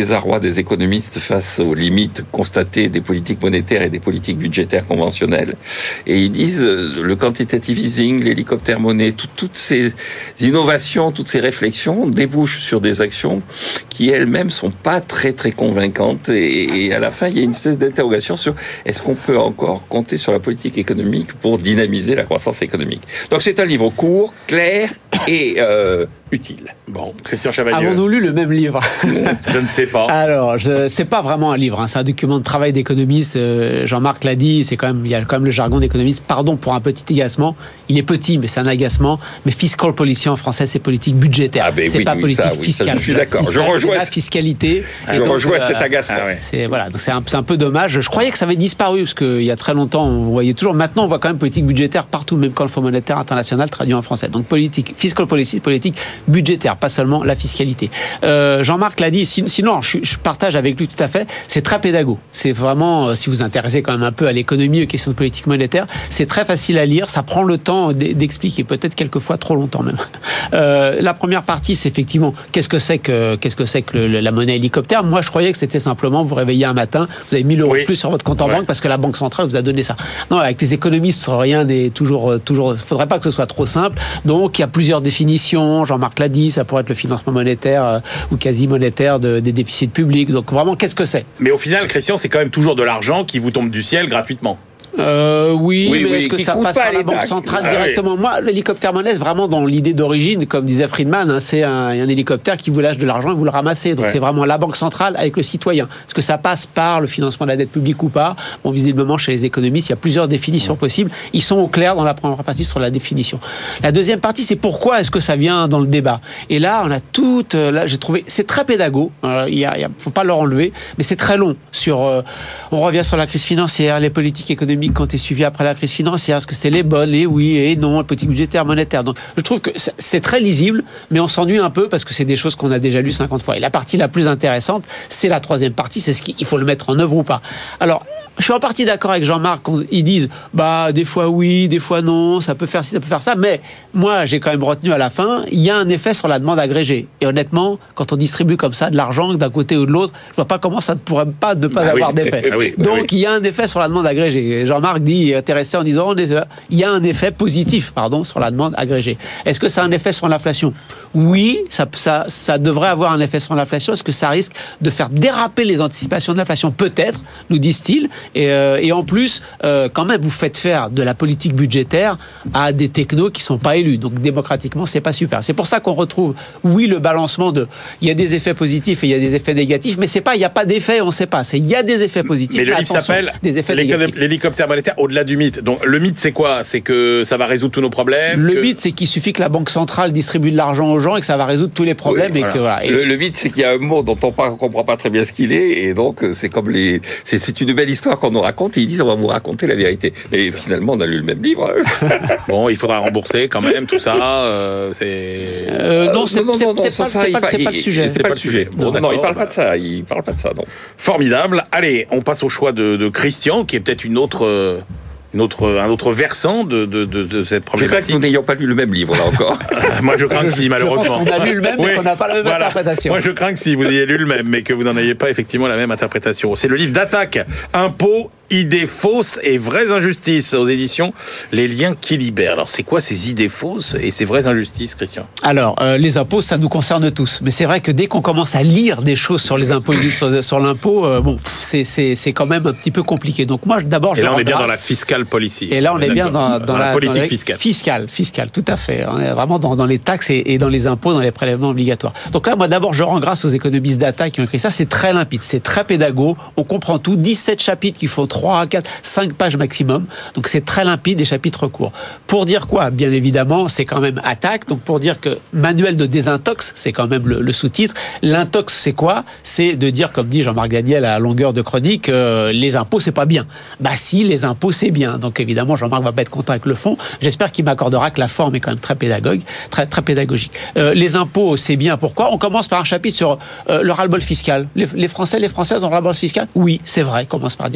des économistes face aux limites constatées des politiques monétaires et des politiques budgétaires conventionnelles. Et ils disent euh, le quantitative easing, l'hélicoptère monnaie, tout, toutes ces innovations, toutes ces réflexions débouchent sur des actions qui elles-mêmes sont pas très très convaincantes. Et, et à la fin, il y a une espèce d'interrogation sur est-ce qu'on peut encore compter sur la politique économique pour dynamiser la croissance économique. Donc c'est un livre court, clair et euh, utile. Bon, Christian Chavagneux. Avons-nous lu le même livre ? Je ne sais pas. Alors, je, c'est pas vraiment un livre, hein, c'est un document de travail d'économiste. Euh, Jean-Marc l'a dit, c'est quand même, il y a quand même le jargon d'économiste. Pardon pour un petit agacement. Il est petit, mais c'est un agacement. Mais fiscal policy en français, c'est politique budgétaire. Ah ben c'est oui, pas oui, politique ça, oui, fiscale. Ça, je suis d'accord. Fiscale, je rejoins la fiscalité. Je donc, rejoins euh, cet agacement. Ah ouais. C'est voilà, donc c'est un, c'est un peu dommage. Je croyais que ça avait disparu parce qu'il y a très longtemps, on voyait toujours. Maintenant, on voit quand même politique budgétaire partout, même quand le Fonds monétaire international traduit en français. Donc politique, fiscal policy, politique budgétaire, pas seulement la fiscalité. Euh, Jean-Marc l'a dit. Sinon, je, je partage avec lui tout à fait. C'est très pédago. C'est vraiment, si vous vous intéressez quand même un peu à l'économie, aux questions de politique monétaire, c'est très facile à lire. Ça prend le temps d'expliquer, peut-être quelquefois trop longtemps même. Euh, la première partie, c'est effectivement qu'est-ce que c'est que qu'est-ce que c'est que le, la monnaie hélicoptère. Moi, je croyais que c'était simplement vous réveiller un matin, vous avez mille euros oui. de plus sur votre compte en ouais. banque parce que la banque centrale vous a donné ça. Non, avec les économistes, rien n'est toujours toujours. Faudrait pas que ce soit trop simple. Donc, il y a plusieurs définitions. Jean-Marc l'a dit, ça pourrait être le financement monétaire euh, ou quasi monétaire de, des déficits publics. Donc, vraiment, qu'est-ce que c'est ? Mais au final, Christian, c'est quand même toujours de l'argent qui vous tombe du ciel gratuitement. Euh, oui, oui, mais oui, est-ce que ça passe par la banque centrale ah, directement oui. Moi, l'hélicoptère monnaie, vraiment dans l'idée d'origine, comme disait Friedman, hein, c'est un, un hélicoptère qui vous lâche de l'argent et vous le ramassez. Donc ouais. c'est vraiment la banque centrale avec le citoyen. Est-ce que ça passe par le financement de la dette publique ou pas ? Bon, visiblement, chez les économistes, il y a plusieurs définitions ouais. possibles. Ils sont au clair dans la première partie sur la définition. La deuxième partie, c'est pourquoi est-ce que ça vient dans le débat ? Et là, on a toute... Là, j'ai trouvé... C'est très pédago. Alors, il y a, il y a, faut pas leur enlever, mais c'est très long. Sur, euh, on revient sur la crise financière, les politiques économiques qui ont été suivies après la crise financière, est-ce que c'est les bonnes, les oui et non, la politique budgétaire, monétaire. Donc, je trouve que c'est très lisible, mais on s'ennuie un peu parce que c'est des choses qu'on a déjà lues cinquante fois. Et la partie la plus intéressante, c'est la troisième partie, c'est ce qu'il faut le mettre en œuvre ou pas. Alors, je suis en partie d'accord avec Jean-Marc quand ils disent, bah, des fois oui, des fois non, ça peut faire ci, ça peut faire ça, mais moi, j'ai quand même retenu à la fin, il y a un effet sur la demande agrégée. Et honnêtement, quand on distribue comme ça de l'argent d'un côté ou de l'autre, je vois pas comment ça ne pourrait pas ne pas bah avoir oui. d'effet. Bah oui, bah Donc, oui. il y a un effet sur la demande agrégée. Et Jean-Marc dit, il est intéressé en disant, il y a un effet positif, pardon, sur la demande agrégée. Est-ce que ça a un effet sur l'inflation ? Oui, ça, ça, ça devrait avoir un effet sur l'inflation. Est-ce que ça risque de faire déraper les anticipations de l'inflation ? Peut-être, nous disent-ils. Et, euh, et en plus, euh, quand même, vous faites faire de la politique budgétaire à des technos qui sont pas élus. Donc, démocratiquement, c'est pas super. C'est pour ça qu'on retrouve, oui, le balancement de, il y a des effets positifs et il y a des effets négatifs, mais c'est pas, il y a pas d'effet, on sait pas. C'est, il y a des effets positifs. Mais le livre s'appelle l'hélicoptère monétaire au-delà du mythe. Donc, le mythe, c'est quoi ? C'est que ça va résoudre tous nos problèmes. Le que... mythe, c'est qu'il suffit que la banque centrale distribue de l'argent aux gens et que ça va résoudre tous les problèmes. Oui, et voilà. que, voilà. Et... Le, le mythe, c'est qu'il y a un mot dont on ne comprend pas très bien ce qu'il est, et donc c'est comme les, c'est, c'est une belle histoire qu'on nous raconte, et ils disent on va vous raconter la vérité. Et finalement, on a lu le même livre. Bon, il faudra rembourser quand même tout ça. Euh, c'est euh, non, c'est, non, non, c'est, non, c'est, non, pas, ça, c'est, pas, c'est pas le sujet. C'est pas le sujet. Bon, non, non, il parle pas de ça. Il parle pas de ça. Non. Formidable. Allez, on passe au choix de, de Christian, qui est peut-être une autre. Euh... Une autre, un autre versant de, de, de, de cette problématique. Je crois que nous n'ayons pas lu le même livre, là encore. Moi, je crains que si, malheureusement. Je pense qu'on a lu le même, mais oui, qu'on n'a pas la même voilà. interprétation. Moi, je crains que si vous ayez lu le même, mais que vous n'en ayez pas effectivement la même interprétation. C'est le livre d'Attaque, Impôts, idées fausses et vraies injustices, aux éditions Les Liens qui libèrent. Alors, c'est quoi ces idées fausses et ces vraies injustices, Christian ? Alors, euh, les impôts, ça nous concerne tous. Mais c'est vrai que dès qu'on commence à lire des choses sur les impôts, sur, sur l'impôt, euh, bon, c'est, c'est, c'est quand même un petit peu compliqué. Donc moi, d'abord, je Et là, on embrasse. est bien dans la fiscal policy. Et là, on est bien dans, dans, dans la, la politique dans la, fiscale. Fiscale, fiscale, tout à fait. On est vraiment dans, dans les taxes et, et dans les impôts, dans les prélèvements obligatoires. Donc là, moi, d'abord, je rends grâce aux économistes d'Attaque qui ont écrit ça. C'est très limpide, c'est très pédago. On comprend tout. dix-sept chapitres qui font trois, quatre, cinq pages maximum. Donc c'est très limpide, des chapitres courts. Pour dire quoi ? Bien évidemment, c'est quand même Attaque. Donc pour dire que manuel de désintox, c'est quand même le, le sous-titre. L'intox, c'est quoi ? C'est de dire, comme dit Jean-Marc Daniel à longueur de chronique, euh, les impôts, c'est pas bien. Bah si, les impôts, c'est bien. Donc évidemment, Jean-Marc va pas être content avec le fond. J'espère qu'il m'accordera que la forme est quand même très pédagogue, très, très pédagogique. Euh, les impôts, c'est bien. Pourquoi ? On commence par un chapitre sur euh, le ras-le-bol fiscal. Les, les Français, les Françaises ont le ras-le-bol fiscal ? Oui, c'est vrai. On commence par dire Attaque. Il y a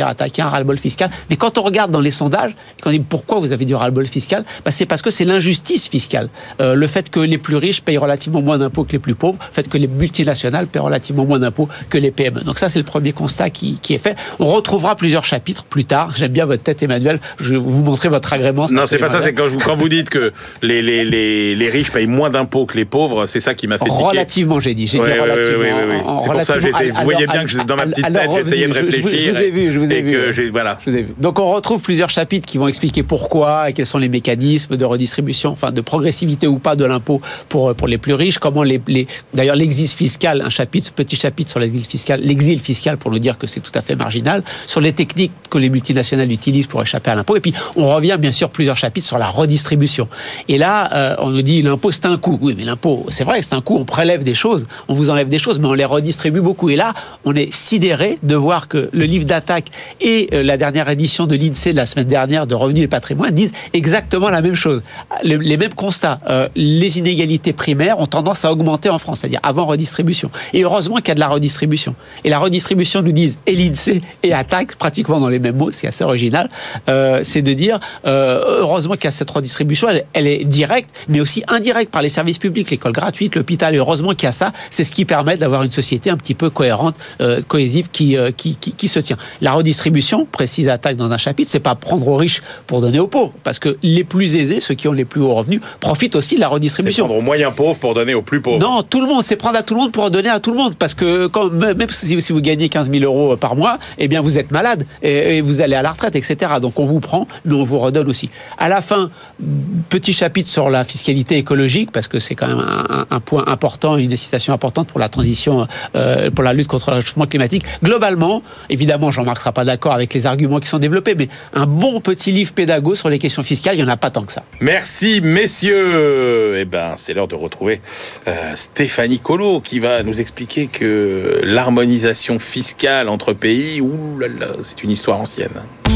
un ras-le-bol fiscal. Mais quand on regarde dans les sondages, et qu'on dit pourquoi vous avez du ras-le-bol fiscal, bah c'est parce que c'est l'injustice fiscale. Euh, le fait que les plus riches payent relativement moins d'impôts que les plus pauvres, le fait que les multinationales paient relativement moins d'impôts que les P M E. Donc ça, c'est le premier constat qui, qui est fait. On retrouvera plusieurs chapitres plus tard. J'aime bien votre tête, Emmanuel. Je vais vous montrer votre agrément. Non, c'est pas ça. C'est quand vous, quand vous dites que les, les, les, les riches payent moins d'impôts que les pauvres, c'est ça qui m'a fait tiquer. Relativement, j'ai dit. J'ai ouais, dit ouais, relativement. Ouais, ouais, ouais, ouais. En, c'est pour ça que j'essaie. Vous voyez bien que je, dans ma petite tête, j'essayais de réfléchir. Je vous ai vu, je vous ai vu. Que j'ai, voilà. Je vous ai vu. Donc on retrouve plusieurs chapitres qui vont expliquer pourquoi et quels sont les mécanismes de redistribution, enfin de progressivité ou pas de l'impôt pour, pour les plus riches. Comment les, les d'ailleurs l'exil fiscal, un chapitre, petit chapitre sur l'exil fiscal, l'exil fiscal pour nous dire que c'est tout à fait marginal, sur les techniques que les multinationales utilisent pour échapper à l'impôt. Et puis on revient bien sûr plusieurs chapitres sur la redistribution. Et là, euh, on nous dit l'impôt c'est un coût. Oui, mais l'impôt, c'est vrai, c'est un coût. On prélève des choses, on vous enlève des choses, mais on les redistribue beaucoup. Et là, on est sidéré de voir que le livre d'attaque et euh, la dernière édition de l'I N S E E de la semaine dernière de Revenus et Patrimoine disent exactement la même chose. Le, les mêmes constats. Euh, les inégalités primaires ont tendance à augmenter en France, c'est-à-dire avant redistribution. Et heureusement qu'il y a de la redistribution. Et la redistribution, nous disent et l'I N S E E et attaque, pratiquement dans les mêmes mots, c'est assez original, euh, c'est de dire euh, heureusement qu'il y a cette redistribution, elle, elle est directe, mais aussi indirecte par les services publics, l'école gratuite, l'hôpital, et heureusement qu'il y a ça, c'est ce qui permet d'avoir une société un petit peu cohérente, euh, cohésive, qui, euh, qui, qui, qui se tient. La redistribution, précise attaque dans un chapitre, c'est pas prendre aux riches pour donner aux pauvres, parce que les plus aisés, ceux qui ont les plus hauts revenus, profitent aussi de la redistribution. C'est prendre aux moyens pauvres pour donner aux plus pauvres. Non, tout le monde, c'est prendre à tout le monde pour donner à tout le monde, parce que quand, même si, si vous gagnez quinze mille euros par mois, eh bien vous êtes malade et, et vous allez à la retraite, et cetera. Donc on vous prend, mais on vous redonne aussi. À la fin, petit chapitre sur la fiscalité écologique, parce que c'est quand même un, un point important, une incitation importante pour la transition, euh, pour la lutte contre le réchauffement climatique. Globalement, évidemment, Jean-Marc ne sera pas d'accord avec les arguments qui sont développés, mais un bon petit livre pédago sur les questions fiscales, il n'y en a pas tant que ça. Merci, messieurs. Eh ben, c'est l'heure de retrouver euh, Stéphanie Colo, qui va nous expliquer que l'harmonisation fiscale entre pays, ouh là là, c'est une histoire ancienne.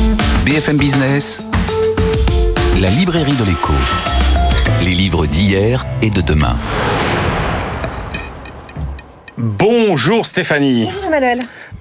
B F M Business, la librairie de l'écho. Les livres d'hier et de demain. Bonjour Stéphanie. Bonjour Emmanuel.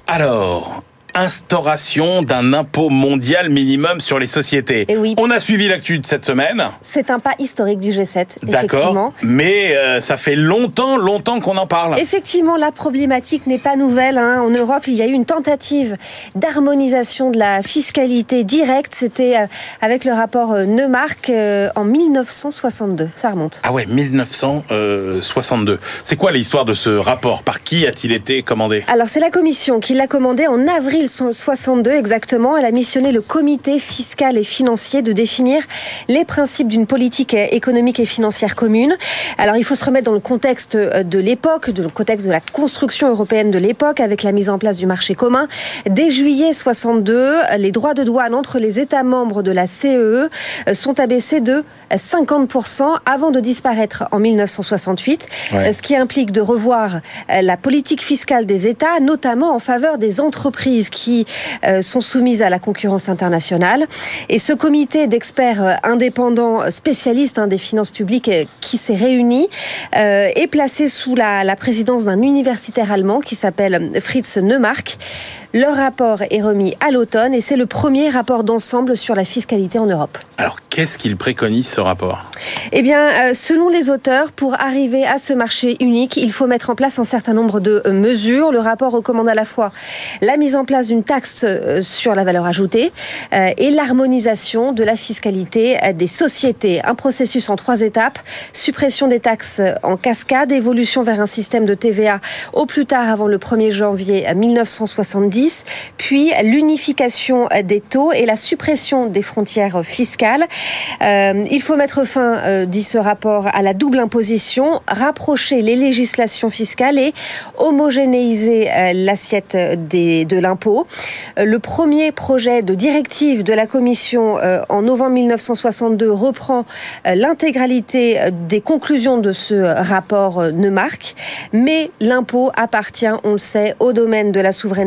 Alors, instauration d'un impôt mondial minimum sur les sociétés. Et oui. On a suivi l'actu de cette semaine. C'est un pas historique du G sept, D'accord, effectivement. mais euh, ça fait longtemps, longtemps qu'on en parle. Effectivement, la problématique n'est pas nouvelle. Hein. En Europe, il y a eu une tentative d'harmonisation de la fiscalité directe. C'était euh, avec le rapport euh, Neumark euh, en mille neuf cent soixante-deux. Ça remonte. Ah ouais, mille neuf cent soixante-deux. C'est quoi l'histoire de ce rapport? Par qui a-t-il été commandé? Alors, c'est la Commission qui l'a commandé en avril soixante-deux exactement. Elle a missionné le comité fiscal et financier de définir les principes d'une politique économique et financière commune. Alors il faut se remettre dans le contexte de l'époque, dans le contexte de la construction européenne de l'époque, avec la mise en place du marché commun. Dès juillet soixante-deux, les droits de douane entre les États membres de la C E E sont abaissés de cinquante pour cent avant de disparaître en mille neuf cent soixante-huit, ouais. Ce qui implique de revoir la politique fiscale des États, notamment en faveur des entreprises qui euh, sont soumises à la concurrence internationale. Et ce comité d'experts euh, indépendants spécialistes hein, des finances publiques euh, qui s'est réuni euh, est placé sous la, la présidence d'un universitaire allemand qui s'appelle Fritz Neumark. Leur rapport est remis à l'automne et c'est le premier rapport d'ensemble sur la fiscalité en Europe. Alors, qu'est-ce qu'il préconise, ce rapport ? Eh bien, euh, selon les auteurs, pour arriver à ce marché unique, il faut mettre en place un certain nombre de euh, mesures. Le rapport recommande à la fois la mise en place d'une taxe euh, sur la valeur ajoutée euh, et l'harmonisation de la fiscalité euh, des sociétés. Un processus en trois étapes. Suppression des taxes en cascade, évolution vers un système de T V A au plus tard avant le premier janvier mille neuf cent soixante-dix, puis l'unification des taux et la suppression des frontières fiscales. Euh, il faut mettre fin, euh, dit ce rapport, à la double imposition, rapprocher les législations fiscales et homogénéiser euh, l'assiette des, de l'impôt. Euh, le premier projet de directive de la Commission euh, en novembre mille neuf cent soixante-deux reprend euh, l'intégralité des conclusions de ce rapport euh, Neumark, mais l'impôt appartient, on le sait, au domaine de la souveraineté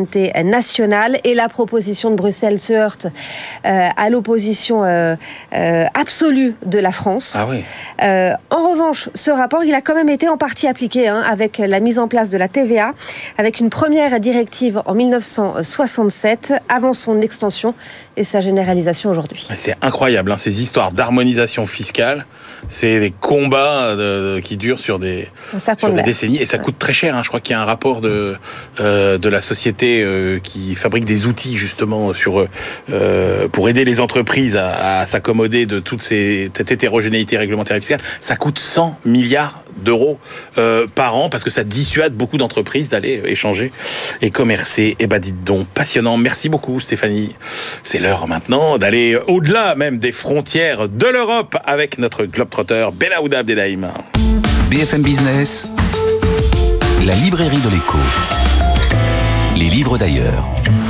nationale. Et la proposition de Bruxelles se heurte euh, à l'opposition euh, euh, absolue de la France. Ah oui. Euh, en revanche, ce rapport, il a quand même été en partie appliqué hein, avec la mise en place de la T V A, avec une première directive en dix-neuf cent soixante-sept, avant son extension et sa généralisation aujourd'hui. C'est incroyable, hein, ces histoires d'harmonisation fiscale. C'est des combats de, de, qui durent sur des, sur des décennies et ça coûte très cher. Hein. Je crois qu'il y a un rapport de, euh, de la société euh, qui fabrique des outils justement sur, euh, pour aider les entreprises à, à s'accommoder de toute ces, cette hétérogénéité réglementaire et fiscale. Ça coûte cent milliards d'euros euh, par an parce que ça dissuade beaucoup d'entreprises d'aller échanger et commercer. Et bah dites donc, passionnant. Merci beaucoup Stéphanie. C'est l'heure maintenant d'aller au-delà même des frontières de l'Europe avec notre globetrotter Benahouda Abdelhaim. B F M Business, la librairie de l'écho. Les livres d'ailleurs.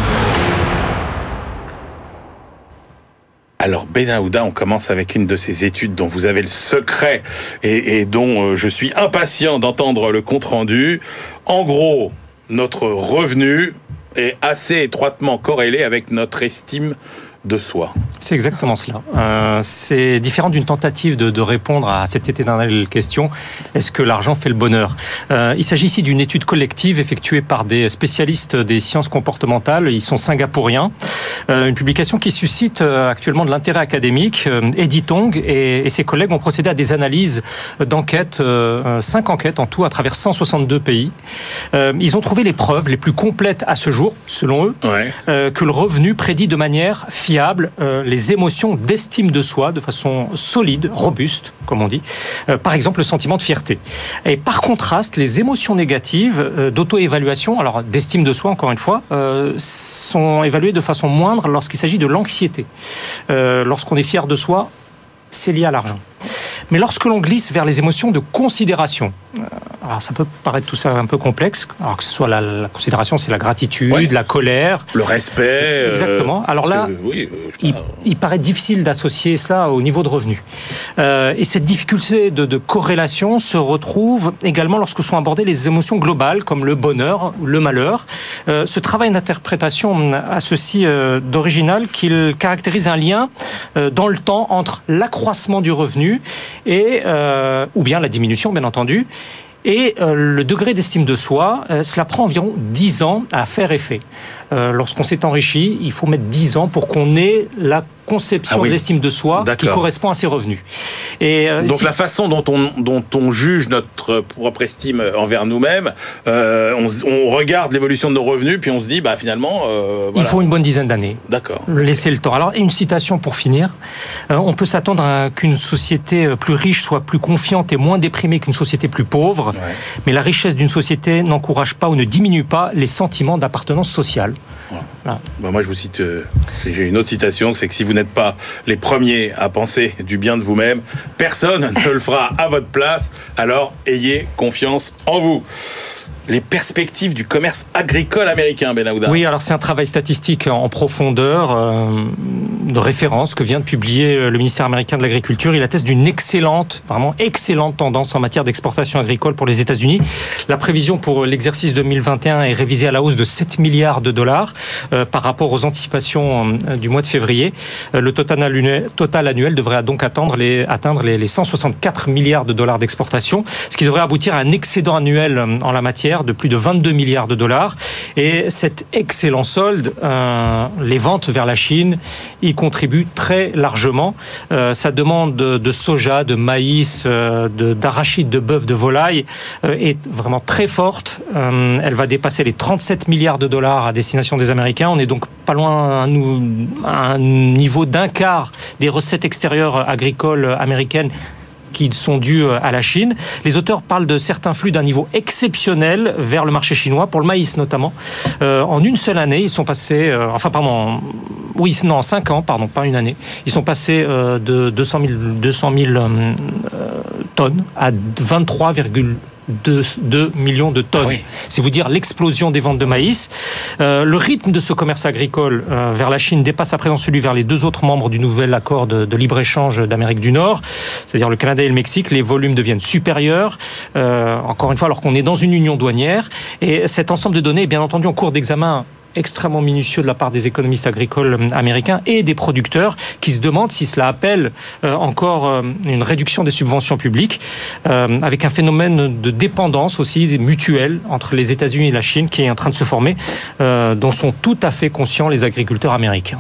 Alors Benahouda, on commence avec une de ces études dont vous avez le secret et, et dont je suis impatient d'entendre le compte-rendu. En gros, notre revenu est assez étroitement corrélé avec notre estime de soi. C'est exactement cela. Euh, c'est différent d'une tentative de, de répondre à cette éternelle question, est-ce que l'argent fait le bonheur ? euh, Il s'agit ici d'une étude collective effectuée par des spécialistes des sciences comportementales, ils sont singapouriens, euh, une publication qui suscite euh, actuellement de l'intérêt académique. euh, Eddie Tong et, et ses collègues ont procédé à des analyses d'enquêtes, euh, cinq enquêtes en tout à travers cent soixante-deux pays. Euh, ils ont trouvé les preuves les plus complètes à ce jour, selon eux, ouais. euh, que le revenu prédit de manière fiable Euh, les émotions d'estime de soi de façon solide, robuste, comme on dit. Euh, par exemple, le sentiment de fierté. Et par contraste, les émotions négatives euh, d'auto-évaluation, alors d'estime de soi, encore une fois, euh, sont évaluées de façon moindre lorsqu'il s'agit de l'anxiété. Euh, lorsqu'on est fier de soi, c'est lié à l'argent. Mais lorsque l'on glisse vers les émotions de considération, alors ça peut paraître tout ça un peu complexe, alors que ce soit la, la considération, c'est la gratitude, ouais. la colère, le respect. Exactement. Euh, alors là, que, oui, il, il paraît difficile d'associer ça au niveau de revenu. Euh, et cette difficulté de, de corrélation se retrouve également lorsque sont abordées les émotions globales, comme le bonheur, le malheur. Euh, ce travail d'interprétation a ceci euh, d'original qu'il caractérise un lien euh, dans le temps entre l'accroissement du revenu et euh, ou bien la diminution, bien entendu. Et euh, le degré d'estime de soi, euh, cela prend environ dix ans à faire effet. Euh, lorsqu'on s'est enrichi, il faut mettre dix ans pour qu'on ait la conception ah oui. de l'estime de soi D'accord. qui correspond à ses revenus. Et, euh, Donc si... la façon dont on, dont on juge notre propre estime envers nous-mêmes, euh, on, on regarde l'évolution de nos revenus, puis on se dit, bah, finalement... Euh, voilà. Il faut une bonne dizaine d'années. D'accord. Laisser le temps. Alors, une citation pour finir. Euh, on peut s'attendre à qu'une société plus riche soit plus confiante et moins déprimée qu'une société plus pauvre, ouais. mais la richesse d'une société n'encourage pas ou ne diminue pas les sentiments d'appartenance sociale. Voilà. Voilà. Bah, moi, je vous cite... Euh, j'ai une autre citation, c'est que si vous n'êtes pas les premiers à penser du bien de vous-même, personne ne le fera à votre place, alors ayez confiance en vous. Les perspectives du commerce agricole américain, Benahouda. Oui, alors c'est un travail statistique en profondeur, euh, de référence que vient de publier le ministère américain de l'Agriculture. Il atteste d'une excellente, vraiment excellente tendance en matière d'exportation agricole pour les États-Unis. La prévision pour l'exercice deux mille vingt et un est révisée à la hausse de sept milliards de dollars euh, par rapport aux anticipations euh, du mois de février. Euh, le total annuel, total annuel devrait donc attendre les, atteindre les, les cent soixante-quatre milliards de dollars d'exportation, ce qui devrait aboutir à un excédent annuel euh, en la matière de plus de vingt-deux milliards de dollars. Et cet excellent solde, euh, les ventes vers la Chine, y contribuent très largement. Euh, sa demande de, de soja, de maïs, euh, de, d'arachide, de bœuf, de volaille euh, est vraiment très forte. Euh, elle va dépasser les trente-sept milliards de dollars à destination des Américains. On est donc pas loin à, nous, à un niveau d'un quart des recettes extérieures agricoles américaines qui sont dus à la Chine. Les auteurs parlent de certains flux d'un niveau exceptionnel vers le marché chinois, pour le maïs notamment. Euh, en une seule année, ils sont passés, euh, enfin pardon, oui, non, en cinq ans, pardon, pas une année, ils sont passés euh, de deux cent mille euh, tonnes à vingt-trois virgule deux millions de tonnes. Oui. C'est vous dire l'explosion des ventes de maïs. Euh, le rythme de ce commerce agricole euh, vers la Chine dépasse à présent celui vers les deux autres membres du nouvel accord de, de libre-échange d'Amérique du Nord, c'est-à-dire le Canada et le Mexique. Les volumes deviennent supérieurs, euh, encore une fois, alors qu'on est dans une union douanière. Et cet ensemble de données est bien entendu en cours d'examen extrêmement minutieux de la part des économistes agricoles américains et des producteurs qui se demandent si cela appelle euh, encore euh, une réduction des subventions publiques, euh, avec un phénomène de dépendance aussi mutuelle entre les États-Unis et la Chine qui est en train de se former, euh, dont sont tout à fait conscients les agriculteurs américains.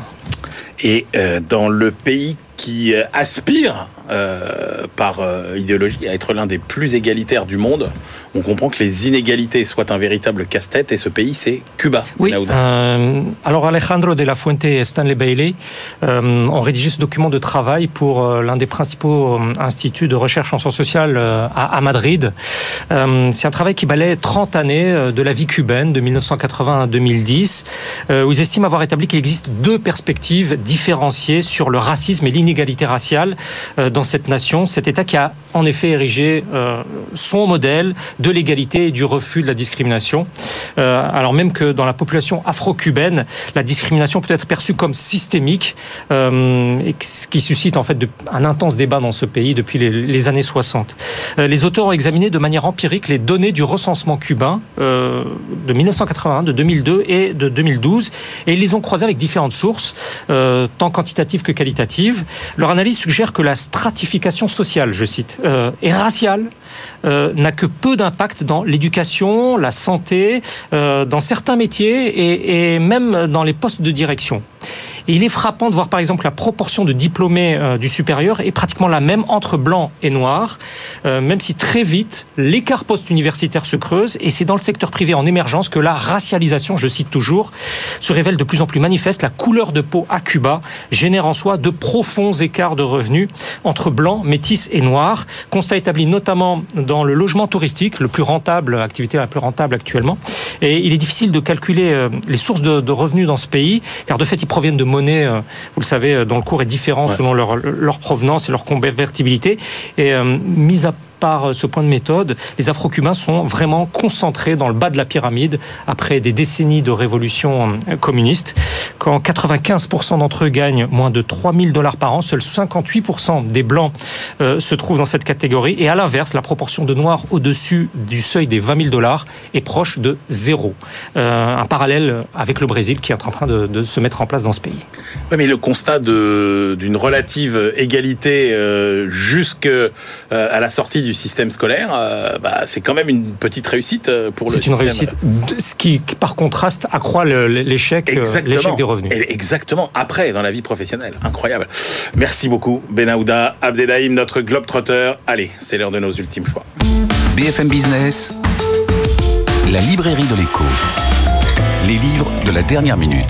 Et euh, dans le pays qui aspire euh, par euh, idéologie à être l'un des plus égalitaires du monde, on comprend que les inégalités soient un véritable casse-tête, et ce pays, c'est Cuba. Oui, euh, alors Alejandro de la Fuente et Stanley Bailey euh, ont rédigé ce document de travail pour euh, l'un des principaux euh, instituts de recherche en sciences sociales euh, à, à Madrid. Euh, c'est un travail qui balaie trente années euh, de la vie cubaine, de mille neuf cent quatre-vingts à deux mille dix, euh, où ils estiment avoir établi qu'il existe deux perspectives différenciées sur le racisme et l'inégalité raciale euh, dans cette nation, cet État qui a en effet érigé euh, son modèle de l'égalité et du refus de la discrimination. Euh, alors même que dans la population afro-cubaine, la discrimination peut être perçue comme systémique, euh, et ce qui suscite en fait de, un intense débat dans ce pays depuis les, les années soixante. Euh, les auteurs ont examiné de manière empirique les données du recensement cubain euh, de mille neuf cent quatre-vingt-un, de deux mille deux et de deux mille douze, et ils les ont croisés avec différentes sources, euh, tant quantitatives que qualitatives. Leur analyse suggère que la stratification sociale, je cite, euh, et raciale euh, n'a que peu d'impact dans l'éducation, la santé, euh, dans certains métiers et, et même dans les postes de direction. Et il est frappant de voir par exemple la proportion de diplômés euh, du supérieur est pratiquement la même entre blancs et noirs, euh, même si très vite l'écart post-universitaire se creuse, et c'est dans le secteur privé en émergence que la racialisation, je cite toujours, se révèle de plus en plus manifeste. La couleur de peau à Cuba génère en soi de profonds écarts de revenus entre blancs, métis et noirs, constat établi notamment dans le logement touristique, le plus rentable, l'activité la plus rentable actuellement. Et il est difficile de calculer euh, les sources de, de revenus dans ce pays, car de fait ils proviennent de monnaie, vous le savez, dont le cours est différent ouais. selon leur, leur provenance et leur convertibilité. Et euh, mis à par ce point de méthode, les Afro-Cubains sont vraiment concentrés dans le bas de la pyramide après des décennies de révolution communiste. Quand quatre-vingt-quinze pour cent d'entre eux gagnent moins de trois mille dollars par an, seuls cinquante-huit pour cent des Blancs euh, se trouvent dans cette catégorie. Et à l'inverse, la proportion de Noirs au-dessus du seuil des vingt mille dollars est proche de zéro. Euh, un parallèle avec le Brésil qui est en train de, de se mettre en place dans ce pays. Oui, mais le constat de, d'une relative égalité euh, jusqu'à euh, la sortie du système scolaire, euh, bah, c'est quand même une petite réussite pour c'est le système. C'est une réussite, ce qui, par contraste, accroît le, l'échec, l'échec des revenus. Exactement, après, dans la vie professionnelle. Incroyable. Merci beaucoup, Benaouda Abdelhaim, notre globe-trotter. Allez, c'est l'heure de nos ultimes choix. B F M Business, la librairie de l'écho. Les livres de la dernière minute.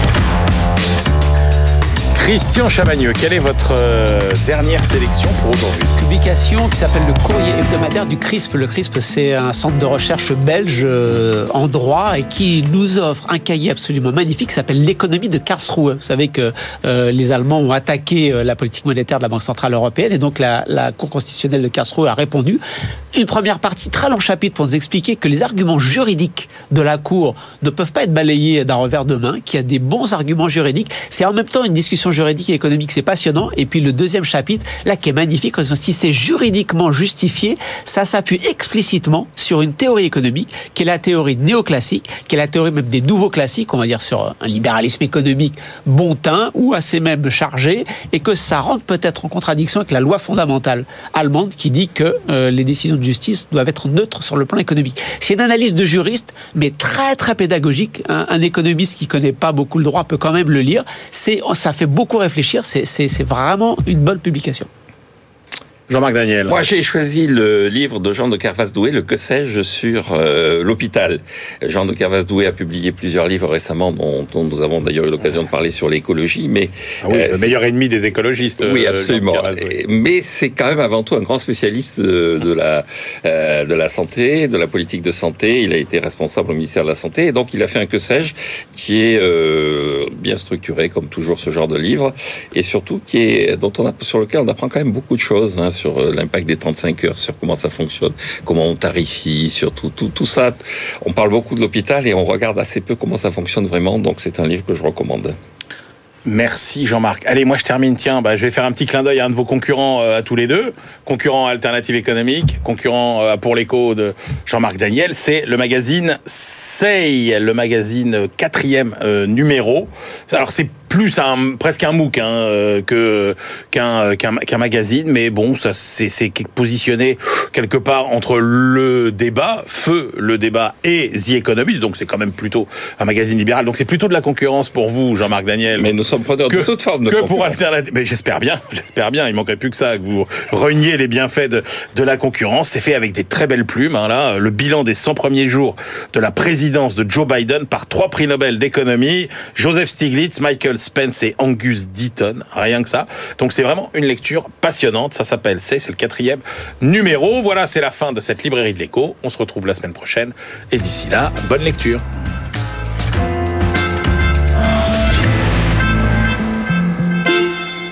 Christian Chavagneux, quelle est votre euh, dernière sélection pour aujourd'hui ? Publication qui s'appelle le courrier hebdomadaire du C R I S P. Le C R I S P, c'est un centre de recherche belge euh, en droit et qui nous offre un cahier absolument magnifique qui s'appelle l'économie de Karlsruhe. Vous savez que euh, les Allemands ont attaqué euh, la politique monétaire de la Banque Centrale Européenne et donc la, la Cour constitutionnelle de Karlsruhe a répondu. Une première partie, très long chapitre pour nous expliquer que les arguments juridiques de la Cour ne peuvent pas être balayés d'un revers de main, qu'il y a des bons arguments juridiques. C'est en même temps une discussion juridique et économique, c'est passionnant. Et puis le deuxième chapitre, là, qui est magnifique, si c'est juridiquement justifié, ça s'appuie explicitement sur une théorie économique, qui est la théorie néoclassique, qui est la théorie même des nouveaux classiques, on va dire sur un libéralisme économique bon teint, ou assez même chargé, et que ça rentre peut-être en contradiction avec la loi fondamentale allemande, qui dit que euh, les décisions de justice doivent être neutres sur le plan économique. C'est une analyse de juriste, mais très très pédagogique. Un, un économiste qui connaît pas beaucoup le droit peut quand même le lire. C'est, ça fait beaucoup réfléchir, c'est, c'est, c'est vraiment une bonne publication. Jean-Marc Daniel. Moi, j'ai choisi le livre de Jean de Kervas-Doué, Le que sais-je sur euh, l'hôpital. Jean de Kervas-Doué a publié plusieurs livres récemment, dont, dont nous avons d'ailleurs eu l'occasion de parler sur l'écologie. Mais ah oui, euh, le meilleur ennemi des écologistes. Oui, absolument. Mais c'est quand même avant tout un grand spécialiste de, de la euh, de la santé, de la politique de santé. Il a été responsable au ministère de la Santé, et donc il a fait un que sais-je qui est euh, bien structuré, comme toujours ce genre de livre, et surtout qui est dont on a sur lequel on apprend quand même beaucoup de choses. Hein, sur l'impact des trente-cinq heures, sur comment ça fonctionne, comment on tarifie, sur tout, tout, tout ça. On parle beaucoup de l'hôpital et on regarde assez peu comment ça fonctionne vraiment, donc c'est un livre que je recommande. Merci Jean-Marc. Allez, moi je termine, tiens, bah, je vais faire un petit clin d'œil à un de vos concurrents euh, à tous les deux. Concurrent à Alternative Économique, concurrent euh, pour l'écho de Jean-Marc Daniel, c'est le magazine Say, le magazine quatrième euh, numéro. Alors c'est plus un, presque un MOOC hein, euh, que qu'un, qu'un qu'un magazine, mais bon, ça c'est, c'est positionné quelque part entre le débat, Feu, le débat et The Economist, donc c'est quand même plutôt un magazine libéral. Donc c'est plutôt de la concurrence pour vous, Jean-Marc Daniel. Mais nous sommes preneurs de toute forme de que concurrence. Pour Alternative. Mais j'espère bien, j'espère bien. Il manquerait plus que ça, que vous reniez les bienfaits de, de la concurrence. C'est fait avec des très belles plumes. Hein, là, le bilan des cent premiers jours de la présidence de Joe Biden par trois prix Nobel d'économie, Joseph Stiglitz, Michael Spence et Angus Deaton, rien que ça. Donc c'est vraiment une lecture passionnante. Ça s'appelle C'est, c'est le quatrième numéro. Voilà, c'est la fin de cette librairie de l'écho. On se retrouve la semaine prochaine. Et d'ici là, bonne lecture.